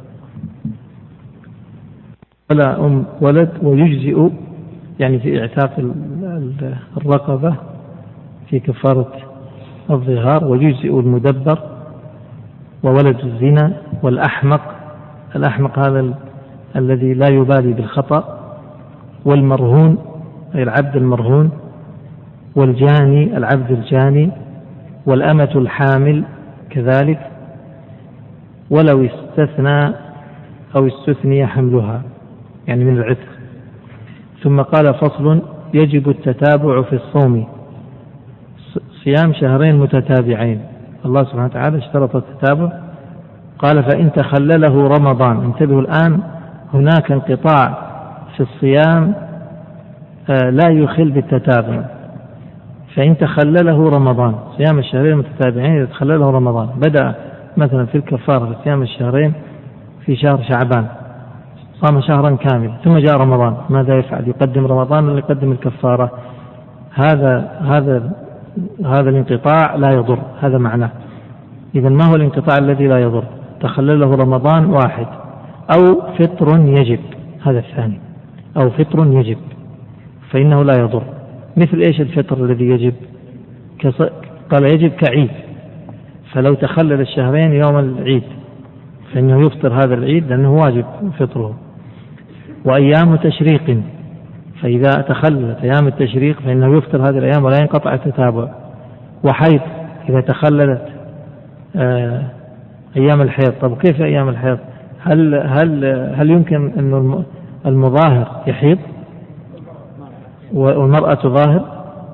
ولا أم ولد. ويجزئ يعني في إعتاق الرقبة في كفارة الظهار. ويجزئ المدبر وولد الزنا والأحمق، الأحمق هذا ال... الذي لا يبالي بالخطأ، والمرهون أي العبد المرهون، والجاني العبد الجاني، والأمة الحامل كذلك، ولو استثنى أو استثني حملها يعني من العتق. ثم قال فصل يجب التتابع في الصوم، صيام شهرين متتابعين. الله سبحانه وتعالى اشترط التتابع، قال فإن تخلله رمضان. انتبهوا الآن، هناك انقطاع في الصيام لا يخل بالتتابع. فإن تخلله رمضان، صيام الشهرين المتتابعين إذا تخلله رمضان، بدأ مثلا في الكفارة في صيام الشهرين في شهر شعبان، صام شهرا كاملا، ثم جاء رمضان، ماذا يفعل؟ يقدم رمضان ولا يقدم الكفارة؟ هذا هذا هذا الانقطاع لا يضر، هذا معناه. إذا ما هو الانقطاع الذي لا يضر؟ تخلله رمضان واحد، أو فطر يجب، هذا الثاني، أو فطر يجب فإنه لا يضر. مثل إيش الفطر الذي يجب؟ كص... قال يجب كعيد، فلو تخلل الشهرين يوم العيد فإنه يفطر هذا العيد لأنه واجب فطره. وأيام تشريق، فإذا تخللت أيام التشريق فإنه يفطر هذه الأيام ولا ينقطع التتابع. وحيض، إذا تخللت آه أيام الحيض. طب كيف أيام الحيض؟ هل هل هل يمكن أن المظاهر يحيض والمرأة تظاهر؟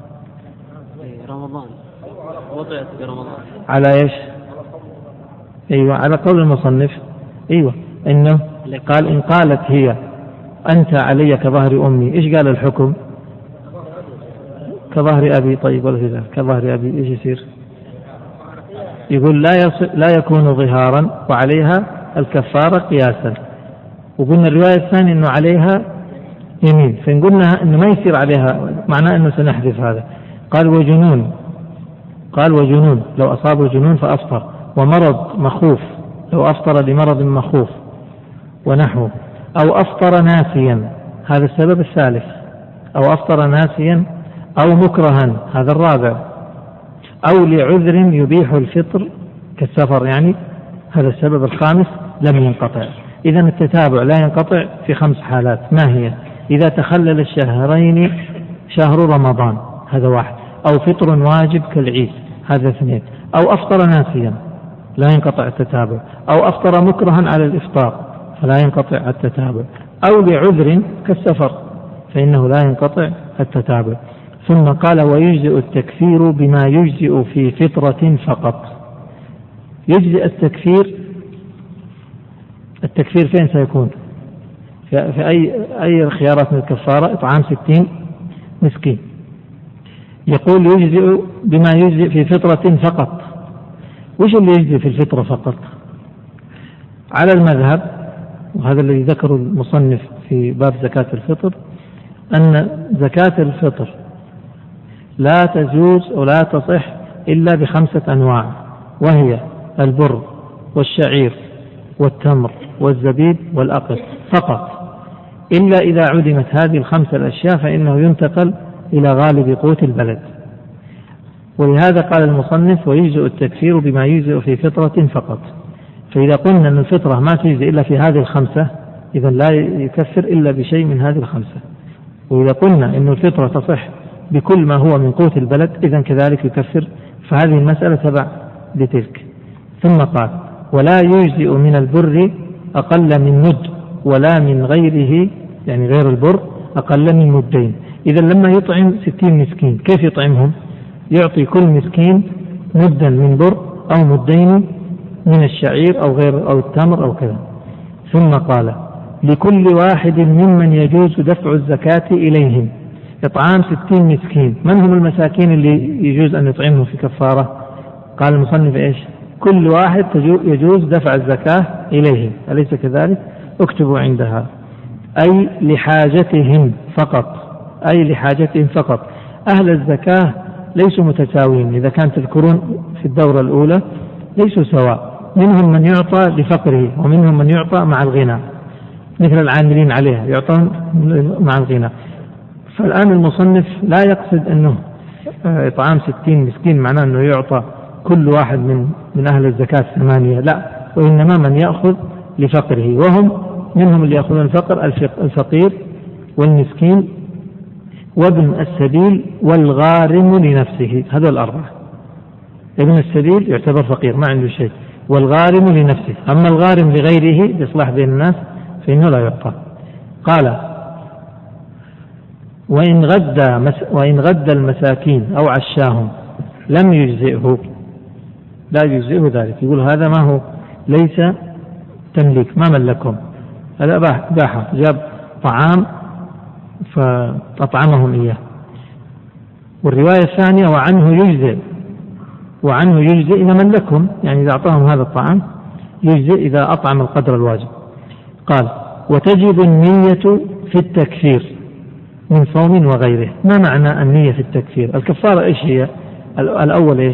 رمضان وطئت في رمضان على إيش؟ أيوة على قول المصنف، أيوة إنه قال إن قالت هي أنت علي كظهر أمي، إيش قال الحكم؟ كظهر أبي. طيب ولا في ذلك كظهر أبي إيش يصير؟ يقول لا يص... لا يكون ظهارا وعليها الكفارة قياسا. وقلنا الرواية الثانية إنه عليها يمين، فإن قلنا إنه ما يصير عليها معناه إنه سنحذف هذا. قال وجنون، قال وجنون لو أصابه جنون فأفطر، ومرض مخوف لو أفطر لمرض مخوف ونحوه، أو أفطر ناسيا، هذا السبب الثالث، أو أفطر ناسيا أو مكرها، هذا الرابع، أو لعذر يبيح الفطر كالسفر يعني، هذا السبب الخامس، لم ينقطع. إذن التتابع لا ينقطع في خمس حالات، ما هي؟ إذا تخلل الشهرين شهر رمضان، هذا واحد، أو فطر واجب كالعيد، هذا اثنين، أو أفطر ناسيا لا ينقطع التتابع، أو أفطر مكرها على الإفطار فلا ينقطع التتابع، أو لعذر كالسفر فإنه لا ينقطع التتابع. ثم قال ويجزئ التكفير بما يجزئ في فطرة فقط. يجزئ التكفير، التكفير فين سيكون؟ في أي أي خيارات من الكفارة؟ إطعام ستين مسكين. يقول يجزئ بما يجزئ في فطرة فقط. وش اللي يجزئ في الفطرة فقط؟ على المذهب، وهذا الذي ذكره المصنف في باب زكاة الفطر، أن زكاة الفطر لا تجوز ولا تصح إلا بخمسة أنواع، وهي البر والشعير والتمر والزبيب والأقط فقط، إلا إذا عدمت هذه الخمسة الأشياء فإنه ينتقل إلى غالب قوت البلد. ولهذا قال المصنف: ويجزئ التكفير بما يجزئ في فطرة فقط. فإذا قلنا أن الفطرة ما تجزئ إلا في هذه الخمسة إذا لا يكفر إلا بشيء من هذه الخمسة. وإذا قلنا أن الفطرة تصح بكل ما هو من قوت البلد إذا كذلك يكفر، فهذه المسألة تبع لتلك. ثم قال: ولا يجزئ من البر أقل من مد ولا من غيره، يعني غير البر أقل من مدين. إذا لما يطعم ستين مسكين كيف يطعمهم؟ يعطي كل مسكين مدا من بر أو مدين من الشعير أو غير أو التمر أو كذا. ثم قال: لكل واحد ممن يجوز دفع الزكاة إليهم. إطعام ستين مسكين، من هم المساكين اللي يجوز أن يطعمهم في كفارة؟ قال المصنف إيش؟ كل واحد يجوز دفع الزكاة إليهم، أليس كذلك؟ اكتبوا عندها: أي لحاجتهم فقط، أي لحاجتهم فقط. أهل الزكاة ليسوا متساويين، إذا كان تذكرون في الدورة الأولى ليسوا سواء، منهم من يعطى لفقره ومنهم من يعطى مع الغنى، مثل العاملين عليها يعطون مع الغنى. فالآن المصنف لا يقصد أنه إطعام ستين مسكين معناه أنه يعطى كل واحد من من أهل الزكاة ثمانية، لا، وإنما من يأخذ لفقره، وهم منهم اللي يأخذون الفقر الفقير والمسكين وابن السبيل والغارم لنفسه، هذا الأربعة. ابن السبيل يعتبر فقير ما عنده شيء، والغارم لنفسه، أما الغارم لغيره بإصلاح بين الناس فإنه لا يعطى. قال: وإن غدى وإن غدى المساكين أو عشاهم لم يجزئه، لا يجزئه ذلك. يقول هذا ما هو ليس تمليك، ما ملكهم، هذا باحة، جاب طعام فأطعمهم إياه. والرواية الثانية: وعنه يجزئ، وعنه يجزئ إذا ملكهم، يعني إذا أعطاهم هذا الطعام يجزئ إذا أطعم القدر الواجب. قال: وتجب النية في التكفير من صوم وغيره. ما معنى النية في التكفير؟ الكفارة إيش هي؟ الأول إيش؟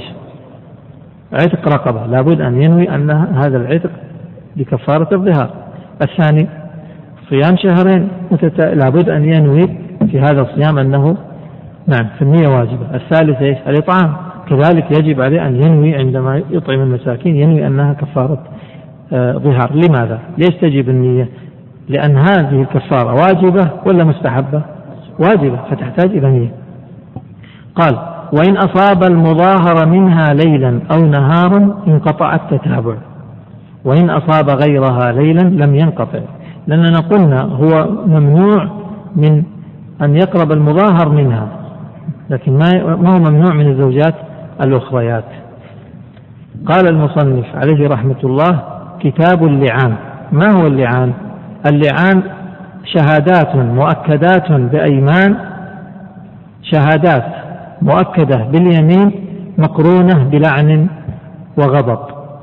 عتق رقبة، لابد أن ينوي أن هذا العتق لكفارة الظهار. الثاني صيام شهرين متتا... لابد أن ينوي في هذا الصيام أنه نعم فالنية واجبة. الثالث إيش؟ الإطعام، كذلك يجب عليه أن ينوي عندما يطعم المساكين ينوي أنها كفارة آه ظهار. لماذا؟ ليش تجب النية؟ لأن هذه الكفارة واجبة ولا مستحبة؟ واجبة، فتحتاج إلى نية. قال: وإن أصاب المظاهر منها ليلا أو نهارا انقطع التتابع، وإن أصاب غيرها ليلا لم ينقطع، لأننا قلنا هو ممنوع من أن يقرب المظاهر منها، لكن ما هو ممنوع من الزوجات الأخريات. قال المصنف عليه رحمة الله: كتاب اللعان. ما هو اللعان؟ اللعان شهادات مؤكدات بأيمان، شهادات مؤكدة باليمين مقرونة بلعن وغضب.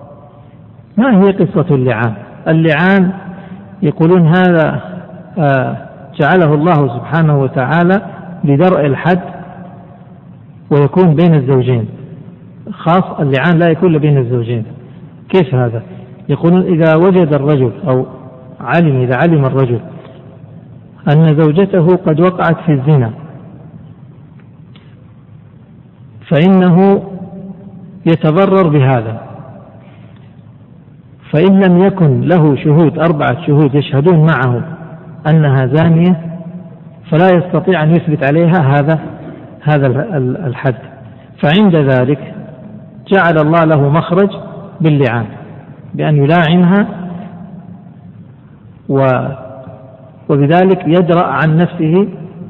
ما هي قصة اللعان؟ اللعان يقولون هذا آه جعله الله سبحانه وتعالى لدرء الحد ويكون بين الزوجين، خاص اللعان لا يكون بين الزوجين. كيف هذا؟ يقولون إذا وجد الرجل أو علم إذا علم الرجل أن زوجته قد وقعت في الزنا فإنه يتضرر بهذا، فإن لم يكن له شهود أربعة شهود يشهدون معه أنها زانية فلا يستطيع أن يثبت عليها هذا هذا الحد. فعند ذلك جعل الله له مخرج باللعان بأن يلاعنها، وبذلك يدرأ عن نفسه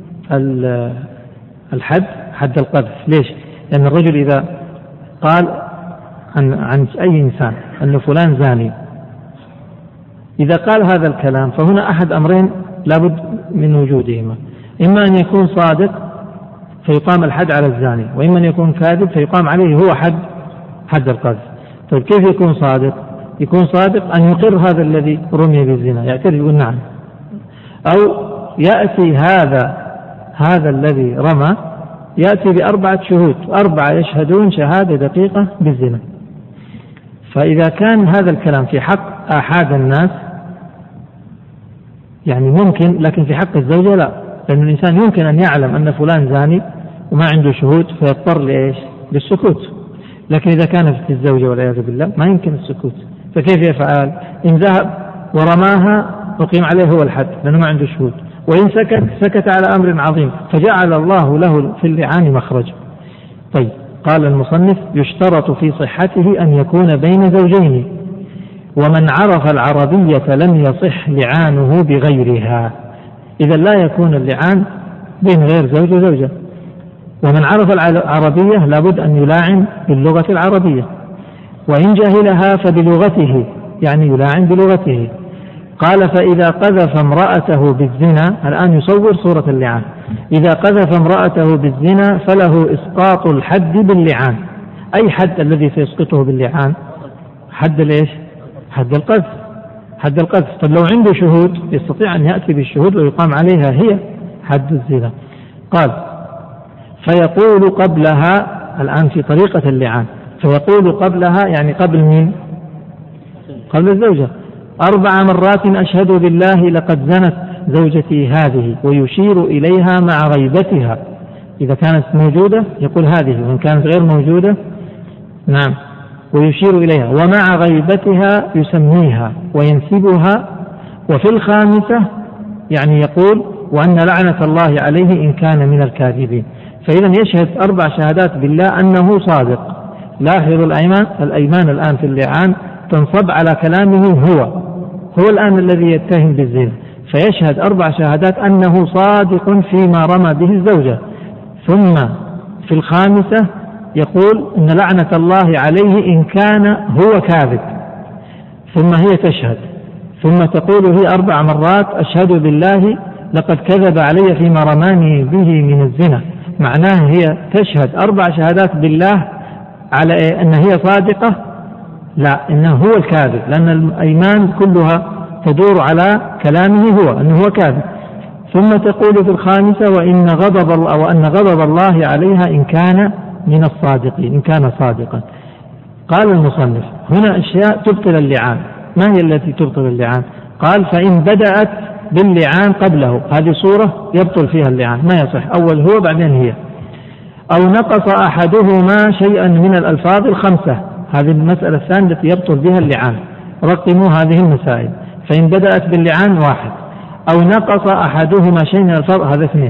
الحد حد القذف. ليش؟ لأن الرجل إذا قال عن, عن أي إنسان أن فلان زاني، إذا قال هذا الكلام فهنا أحد أمرين لابد من وجودهما: إما أن يكون صادق فيقام الحد على الزاني، وإما أن يكون كاذب فيقام عليه هو حد حد القذف. طيب كيف يكون صادق؟ يكون صادق أن يقر هذا الذي رمي بالزنا، يعترف يقول نعم، أو يأتي هذا هذا الذي رمى يأتي بأربعة شهود، أربعة يشهدون شهادة دقيقة بالزنا. فإذا كان هذا الكلام في حق أحد الناس يعني ممكن، لكن في حق الزوجة لا، لأن الإنسان يمكن أن يعلم أن فلان زاني وما عنده شهود فيضطر لإيش؟ للسكوت. لكن إذا كانت في الزوجة والعياذ بالله ما يمكن السكوت، فكيف يفعل؟ إن ذهب ورماها أقيم عليه هو الحد لأنه ما عنده شهود، وإن سكت سكت على أمر عظيم، فجعل الله له في اللعان مخرج. طيب، قال المصنف: يشترط في صحته أن يكون بين زوجين، ومن عرف العربية لم يصح لعانه بغيرها. إذا لا يكون اللعان بين غير زوج وزوجة. ومن عرف العربية لابد أن يلاعن باللغة العربية، وإن جهلها فبلغته، يعني يلاعن بلغته. قال: فإذا قذف امرأته بالزنا، الآن يصور صورة اللعان، إذا قذف امرأته بالزنا فله إسقاط الحد باللعان. أي حد الذي سيسقطه باللعان؟ حد ليش؟ حد القذف. حد القذف. طب لو عنده شهود يستطيع أن يأتي بالشهود ويقام عليها هي حد الزنا. قال: فيقول قبلها، الآن في طريقة اللعان، فيقول قبلها يعني قبل مين؟ قبل الزوجة: أربع مرات أشهد بالله لقد زنت زوجتي هذه، ويشير إليها مع غيبتها. إذا كانت موجودة يقول هذه، وإن كانت غير موجودة نعم ويشير إليها، ومع غيبتها يسميها وينسبها. وفي الخامسة يعني يقول: وأن لعنة الله عليه إن كان من الكاذبين. فإذا يشهد أربع شهادات بالله أنه صادق. لاحظوا الأيمان، الأيمان الآن في اللعان تنصب على كلامه هو هو الآن الذي يتهم بالزنا، فيشهد أربع شهادات أنه صادق فيما رمى به الزوجة. ثم في الخامسة يقول إن لعنة الله عليه إن كان هو كاذب. ثم هي تشهد، ثم تقول هي أربع مرات: أشهد بالله لقد كذب علي فيما رماني به من الزنا. معناه هي تشهد أربع شهادات بالله على أن هي صادقة؟ لا، إنه هو الكاذب، لأن الأيمان كلها تدور على كلامه هو أنه هو كاذب. ثم تقول في الخامسة: وإن غضب الله وأن غضب الله عليها إن كان من الصادقين، إن كان صادقا. قال المصنف: هنا أشياء تبطل اللعان. ما هي التي تبطل اللعان؟ قال: فإن بدأت باللعان قبله، هذه صورة يبطل فيها اللعان، ما يصح، أول هو بعدين هي. أو نقص أحدهما شيئا من الألفاظ الخمسة، هذه المسألة الثانية التي يبطل بها اللعان. رقموا هذه المسائل: فإن بدأت باللعان واحد، أو نقص أحدهما شيئا من الألفاظ، هذا اثنين.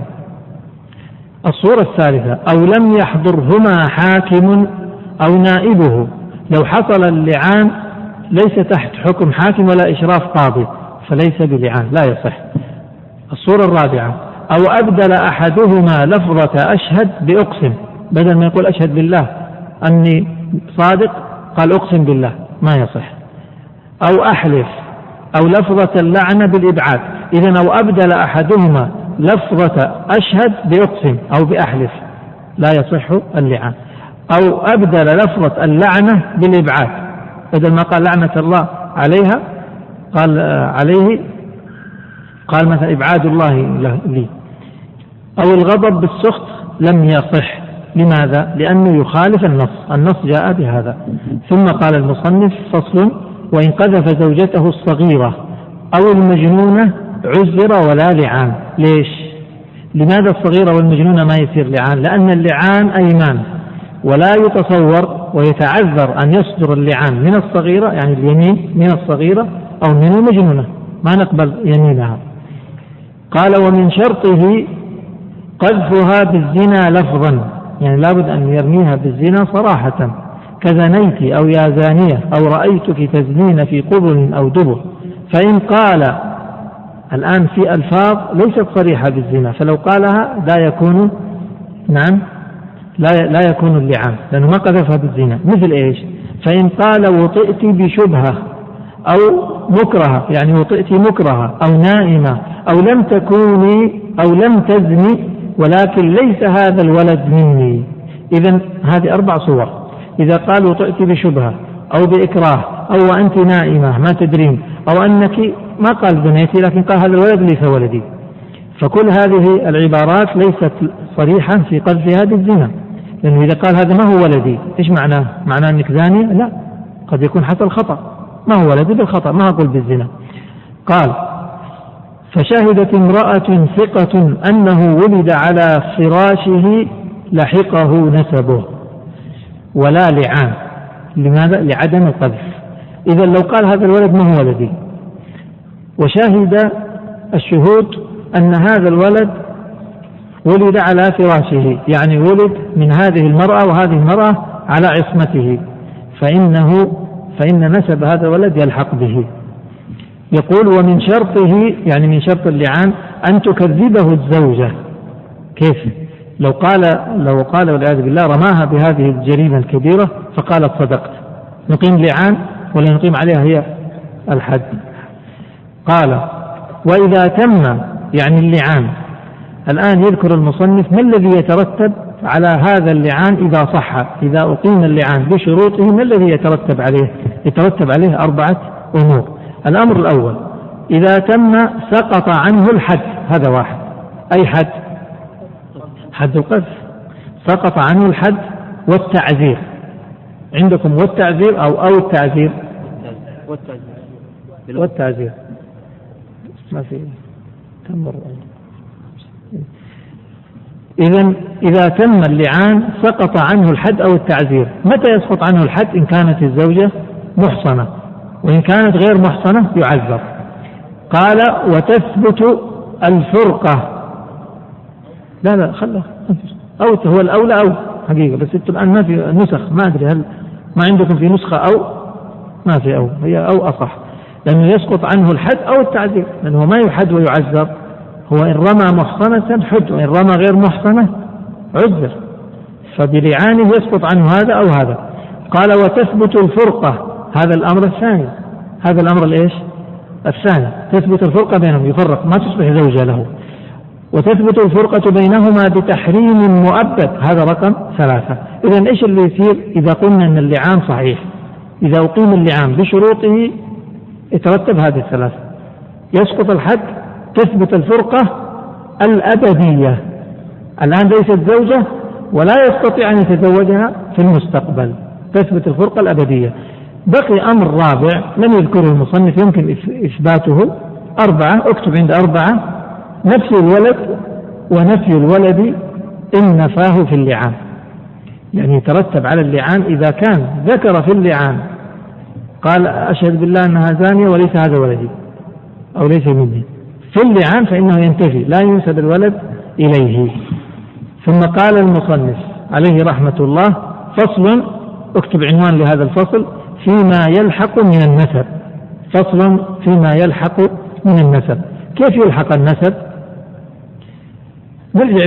الصورة الثالثة: أو لم يحضرهما حاكم أو نائبه، لو حصل اللعان ليس تحت حكم حاكم ولا إشراف قاضي فليس بلعان، لا يصح. الصورة الرابعة: أو أبدل أحدهما لفظة أشهد بأقسم، بدل ما يقول أشهد بالله أني صادق قال أقسم بالله، ما يصح. أو أحلف، أو لفظة اللعنة بالإبعاد. إذن أو أبدل أحدهما لفظة أشهد بأقسم أو بأحلف لا يصح اللعان. أو أبدل لفظة اللعنة بالإبعاد، بدل ما قال لعنة الله عليها قال عليه قال مثلا إبعاد الله لي. أو الغضب بالسخط لم يصح. لماذا؟ لأنه يخالف النص، النص جاء بهذا. ثم قال المصنف: فصل: وإن قذف زوجته الصغيرة أو المجنونة عذر ولا لعان. ليش؟ لماذا الصغيرة والمجنونة ما يصير لعان؟ لأن اللعان أيمان، ولا يتصور ويتعذر أن يصدر اللعان من الصغيرة، يعني اليمين من الصغيرة، أو من المجنونة، ما نقبل يمينها. قال: ومن شرطه قذفها بالزنا لفظا، يعني لابد أن يرميها بالزنا صراحة، كزنيت أو يا زانية أو رأيتك تزنين في قبل أو دبر. فإن قال، الآن في ألفاظ ليست صريحة بالزنا، فلو قالها لا يكون نعم لا لا يكون اللعان، لأنه ما قذفها بالزنا. مثل إيش؟ فإن قال: وطئت بشبهة أو مكرهة، يعني وطئت مكرهة أو نائمة، أو لم تكوني أو لم تزني ولكن ليس هذا الولد مني. إذن هذه أربع صور. إذا قال وطئت بشبهة أو بإكراه أو وأنت نائمة ما تدرين، أو أنك ما قال بنيتي لكن قال هذا الولد ليس ولدي، فكل هذه العبارات ليست صريحة في قذف هذه الزنا، لأنه إذا قال هذا ما هو ولدي إيش معناه؟ معناه أنك زانية؟ لا، قد يكون حصل خطأ، ما هو ولدي بالخطأ، ما أقول بالزنا. قال: فشهدت امرأة ثقة أنه ولد على فراشه لحقه نسبه ولا لعان. لماذا؟ لعدم القذف. إذا لو قال هذا الولد ما هو ولدي، وشهد الشهود أن هذا الولد ولد على فراشه، يعني ولد من هذه المرأة وهذه المرأة على عصمته، فإنه فإن نسب هذا الولد يلحق به. يقول: ومن شرطه، يعني من شرط اللعان، أن تكذبه الزوجة. كيف؟ لو قال لو قال والعياذ بالله رماها بهذه الجريمة الكبيرة فقالت صدقت، نقيم لعان ولا نقيم عليها هي الحد؟ قال: وإذا تم، يعني اللعان. الآن يذكر المصنف ما الذي يترتب على هذا اللعان إذا صح، إذا أقيم اللعان بشروطه، ما الذي يترتب عليه؟ يترتب عليه أربعة أمور. الأمر الأول: إذا تم سقط عنه الحد، هذا واحد. أي حد؟ حد القذف، سقط عنه الحد والتعزير. عندكم والتعزير أو أو التعزير؟ والتعزير ما في تمر. إذن إذا تم اللعان سقط عنه الحد أو التعزير. متى يسقط عنه الحد؟ إن كانت الزوجة محصنة، وإن كانت غير محصنة يعذر. قال: وتثبت الفرقة. لا لا خله أو هو الأولى أو حقيقة، بس انتم الآن ما في نسخ، ما أدري هل ما عندكم في نسخة أو ما في أو، هي أو أصح، لأنه يسقط عنه الحد أو التعذير، لأنه ما يحد ويعذر. هو إن رمى محصنة حد، وإن رمى غير محصنة عذر، فبلعانه يسقط عنه هذا أو هذا. قال: وتثبت الفرقة. هذا الأمر الثاني، هذا الأمر الإيش؟ الثاني، تثبت الفرقة بينهم، يفرق، ما تصبح زوجة له. وتثبت الفرقة بينهما بتحريم مؤبد، هذا رقم ثلاثة. إذن إيش اللي يصير إذا قلنا أن اللعان صحيح؟ إذا أقيم اللعان بشروطه يترتب هذه الثلاثة: يسقط الحد، تثبت الفرقة الأبدية، الآن ليست زوجة ولا يستطيع أن يتزوجها في المستقبل، تثبت الفرقة الأبدية. بقي أمر رابع لم يذكره المصنف يمكن إثباته، أربعة، اكتب عند أربعة: نفي الولد ونفي الولد إن نفاه في اللعان. يعني يترتب على اللعان إذا كان ذكر في اللعان قال: أشهد بالله أنها زانية وليس هذا ولدي أو ليس مني، في اللعان فإنه ينتفي، لا ينسب الولد إليه. ثم قال المصنف عليه رحمة الله: فصل، اكتب عنوان لهذا الفصل: فيما يلحق من النسب. فصل فيما يلحق من النسب. كيف يلحق النسب؟ نرجع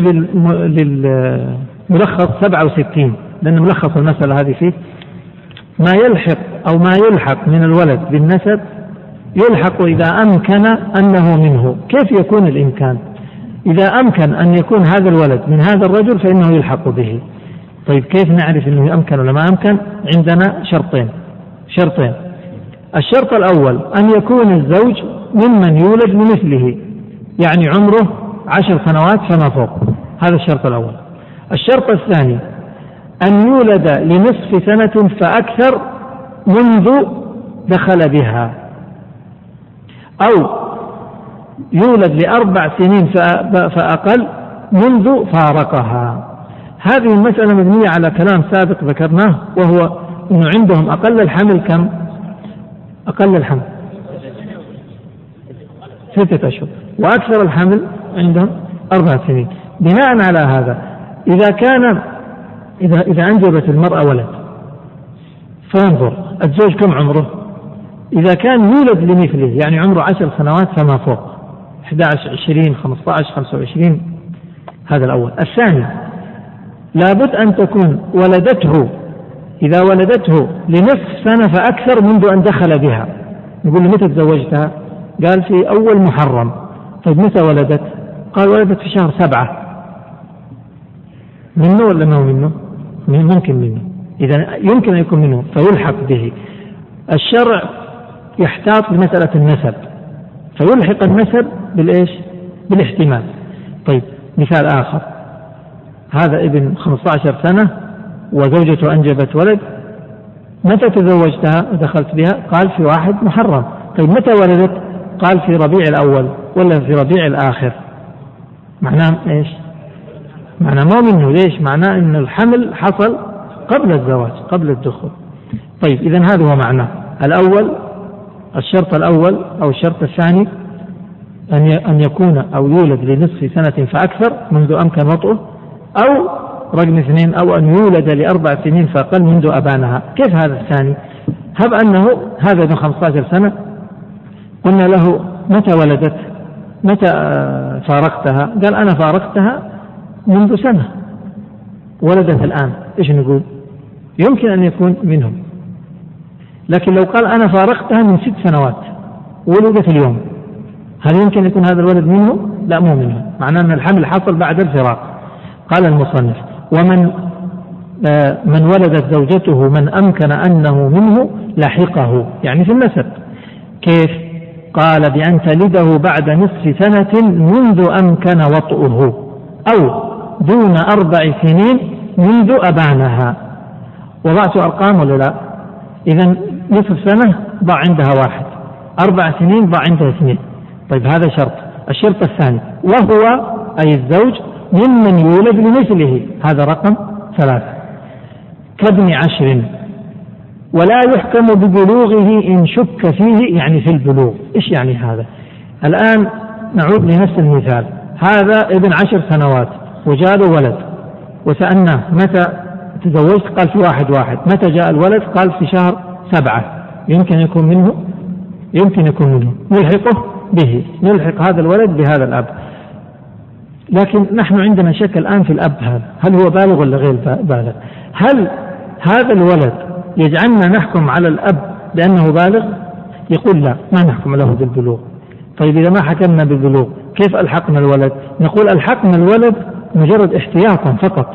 للملخص سبعة وستين، لأن ملخص المسألة هذه فيه: ما يلحق أو ما يلحق من الولد بالنسب يلحق إذا أمكن أنه منه. كيف يكون الإمكان؟ إذا أمكن أن يكون هذا الولد من هذا الرجل فإنه يلحق به. طيب كيف نعرف أنه أمكن ولا ما أمكن؟ عندنا شرطين شرطين الشرط الأول أن يكون الزوج ممن يولد لمثله، يعني عمره عشر سنوات فما فوق، هذا الشرط الأول. الشرط الثاني أن يولد لنصف سنة فأكثر منذ دخل بها، أو يولد لأربع سنين فأقل منذ فارقها. هذه المسألة مبنية على كلام سابق ذكرناه، وهو أنه عندهم أقل الحمل كم؟ أقل الحمل ستة أشهر، وأكثر الحمل عندهم أربع سنين. بناء على هذا إذا كان إذا إذا أنجبت المرأة ولد فانظر الزوج كم عمره. إذا كان يولد لمثله يعني عمره عشر سنوات فما فوق، أحد عشر عشرين خمسة عشر خمسة وعشرين، هذا الأول. الثاني لابد أن تكون ولدته، إذا ولدته لنصف سنة فأكثر منذ أن دخل بها. نقول له متى تزوجتها؟ قال في أول محرم. طيب متى ولدت؟ قال ولدت في شهر سبعة. منه ولا ما هو منه؟ ممكن منه، إذا يمكن أن يكون منه فيلحق به. الشرع يحتاط بمسألة النسب فيلحق النسب بالإيش؟ بالاحتمال. طيب مثال آخر، هذا ابن خمسة عشر سنة وزوجته أنجبت ولد، متى تزوجتها ودخلت بها؟ قال في واحد محرم. طيب متى ولدت؟ قال في ربيع الأول ولا في ربيع الآخر. معناه إيش؟ معناه ما منه. ليش؟ معناه أن الحمل حصل قبل الزواج، قبل الدخول. طيب إذن هذا هو معناه الأول. الشرط الأول أو الشرط الثاني أن يكون أو يولد لنصف سنة فأكثر منذ أمكن وطئه، أو رقم اثنين أو أن يولد لأربع سنين فأقل منذ أبانها. كيف هذا الثاني؟ هب أنه هذا ابن خمسة عشر سنة، قلنا له متى ولدت؟ متى فارقتها؟ قال أنا فارقتها منذ سنة، ولدت الآن. إيش نقول؟ يمكن أن يكون منهم. لكن لو قال أنا فارقتها من ست سنوات ولدت اليوم، هل يمكن يكون هذا الولد منه؟ لا، مو منه. معناه أن الحمل حصل بعد الفراق. قال المصنف: ومن آه من ولدت زوجته من أمكن أنه منه لحقه، يعني في النسب. كيف؟ قال: بأن تلده بعد نصف سنة منذ أمكن وطئه، أو دون أربع سنين منذ أبانها. وضعت أرقام ولا لا؟ إذن نصف سنة ضع عندها واحد، أربع سنين ضع عندها اثنين. طيب هذا شرط. الشرط الثاني وهو أي الزوج ممن يولد لمثله، هذا رقم ثلاثة، كابن عشر، ولا يحكم ببلوغه إن شك فيه، يعني في البلوغ. إيش يعني هذا؟ الآن نعود لنفس المثال. هذا ابن عشر سنوات وجاء ولد، وسألناه متى تزوجت؟ قال في واحد واحد. متى جاء الولد؟ قال في شهر سبعة. يمكن يكون منه؟ يمكن يكون منه. نلحقه به، نلحق هذا الولد بهذا الأب. لكن نحن عندنا شك الآن في الأب هذا، هل هو بالغ ولا غير بالغ؟ هل هذا الولد يجعلنا نحكم على الأب بأنه بالغ؟ يقول لا، ما نحكم له بالبلوغ. طيب إذا ما حكمنا بالبلوغ كيف ألحقنا الولد؟ نقول ألحقنا الولد مجرد احتياطا فقط.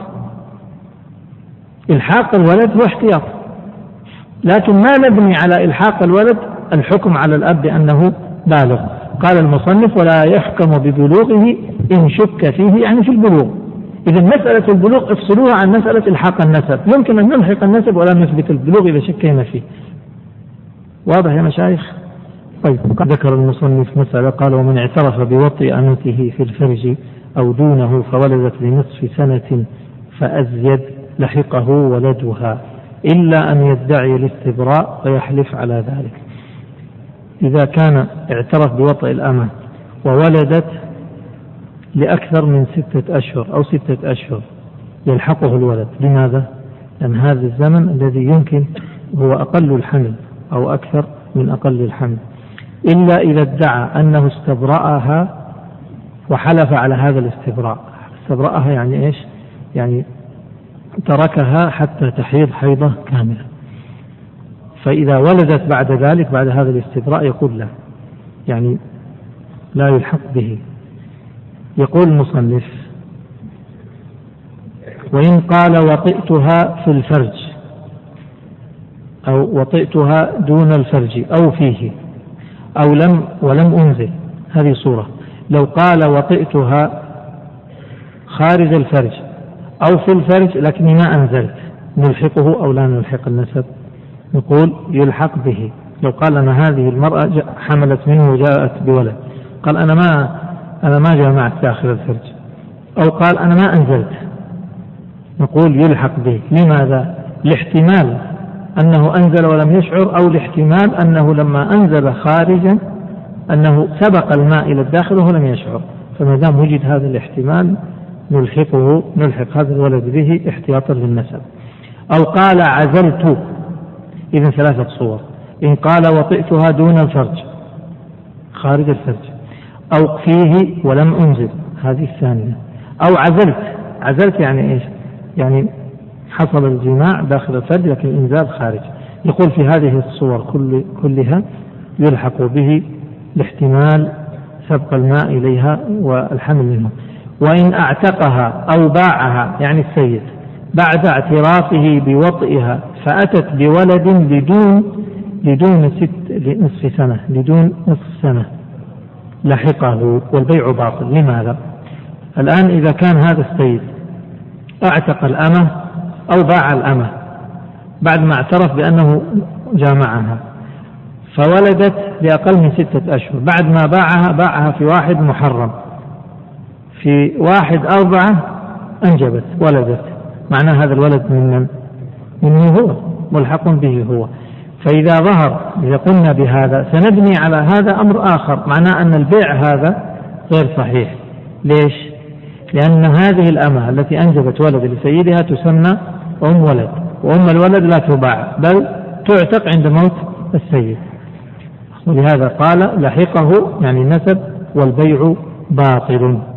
إلحاق الولد هو احتياط، لكن ما نبني على إلحاق الولد الحكم على الأب بأنه بالغ. قال المصنف: ولا يحكم ببلوغه إن شك فيه، يعني في البلوغ. إذا مسألة البلوغ افصلوها عن مسألة إلحاق النسب. يمكن أن نلحق النسب ولا نثبت البلوغ إذا شكينا فيه. واضح يا مشايخ؟ طيب، ذكر المصنف مسألة، قال: ومن اعترف بوطئ أنوثه في الفرج أو دونه فولدت لنصف سنة فأزيد لحقه ولدها، إلا أن يدعي الاستبراء ويحلف على ذلك. إذا كان اعترف بوطئ الأمة وولدت لأكثر من ستة أشهر أو ستة أشهر يلحقه الولد. لماذا؟ لأن هذا الزمن الذي يمكن هو أقل الحمل أو أكثر من أقل الحمل، إلا إذا ادعى أنه استبرأها وحلف على هذا الاستبراء. استبرأها يعني إيش؟ يعني تركها حتى تحيض حيضة كاملة. فإذا ولدت بعد ذلك بعد هذا الاستبراء يقول لا، يعني لا يلحق به. يقول المصنف: وإن قال وطئتها في الفرج أو وطئتها دون الفرج أو فيه أو لم ولم أنزل، هذه صورة. لو قال وطئتها خارج الفرج أو في الفرج لكني ما أنزلت، نلحقه أو لا نلحق النسب؟ نقول يلحق به. لو قال أنا هذه المرأة حملت منه وجاءت بولد، قال أنا ما أنا ما جامعت داخل الفرج، أو قال أنا ما أنزلت، نقول يلحق به. لماذا؟ لاحتمال أنه أنزل ولم يشعر، أو لاحتمال أنه لما أنزل خارجا أنه سبق الماء إلى الداخل وهو لم يشعر. فما دام وجد هذا الاحتمال نلحقه، نلحق هذا الولد به احتياطا للنسب. أو قال عزلت، إذن ثلاثة صور. إن قال وطئتها دون الفرج خارج الفرج، أو فيه ولم أنزل، هذه الثانية. أو عزلت، عزلت يعني إيش؟ يعني حصل الجماع داخل الفرج لكن الإنزال خارج. يقول في هذه الصور كل كلها يلحق به لاحتمال سبق الماء إليها والحمل منها. وإن اعتقها أو باعها، يعني السيد بعد اعترافه بوطئها فأتت بولد لدون لدون ست نصف سنة لدون نصف سنة لحقه والبيع باطل. لماذا؟ الآن إذا كان هذا السيد اعتق الأمة أو باع الأمة بعد ما اعترف بأنه جامعها فولدت بأقل من ستة أشهر، بعد ما باعها باعها في واحد محرم، في واحد أربعة أنجبت ولدت، معناه هذا الولد من من؟ منه هو، ملحق به هو. فإذا ظهر، إذا قلنا بهذا سنبني على هذا أمر آخر، معناه أن البيع هذا غير صحيح. ليش؟ لأن هذه الأمة التي أنجبت ولد لسيدها تسمى أم ولد، وأم الولد لا تباع بل تعتق عند موت السيد، ولهذا قال لحقه يعني النسب والبيع باطل.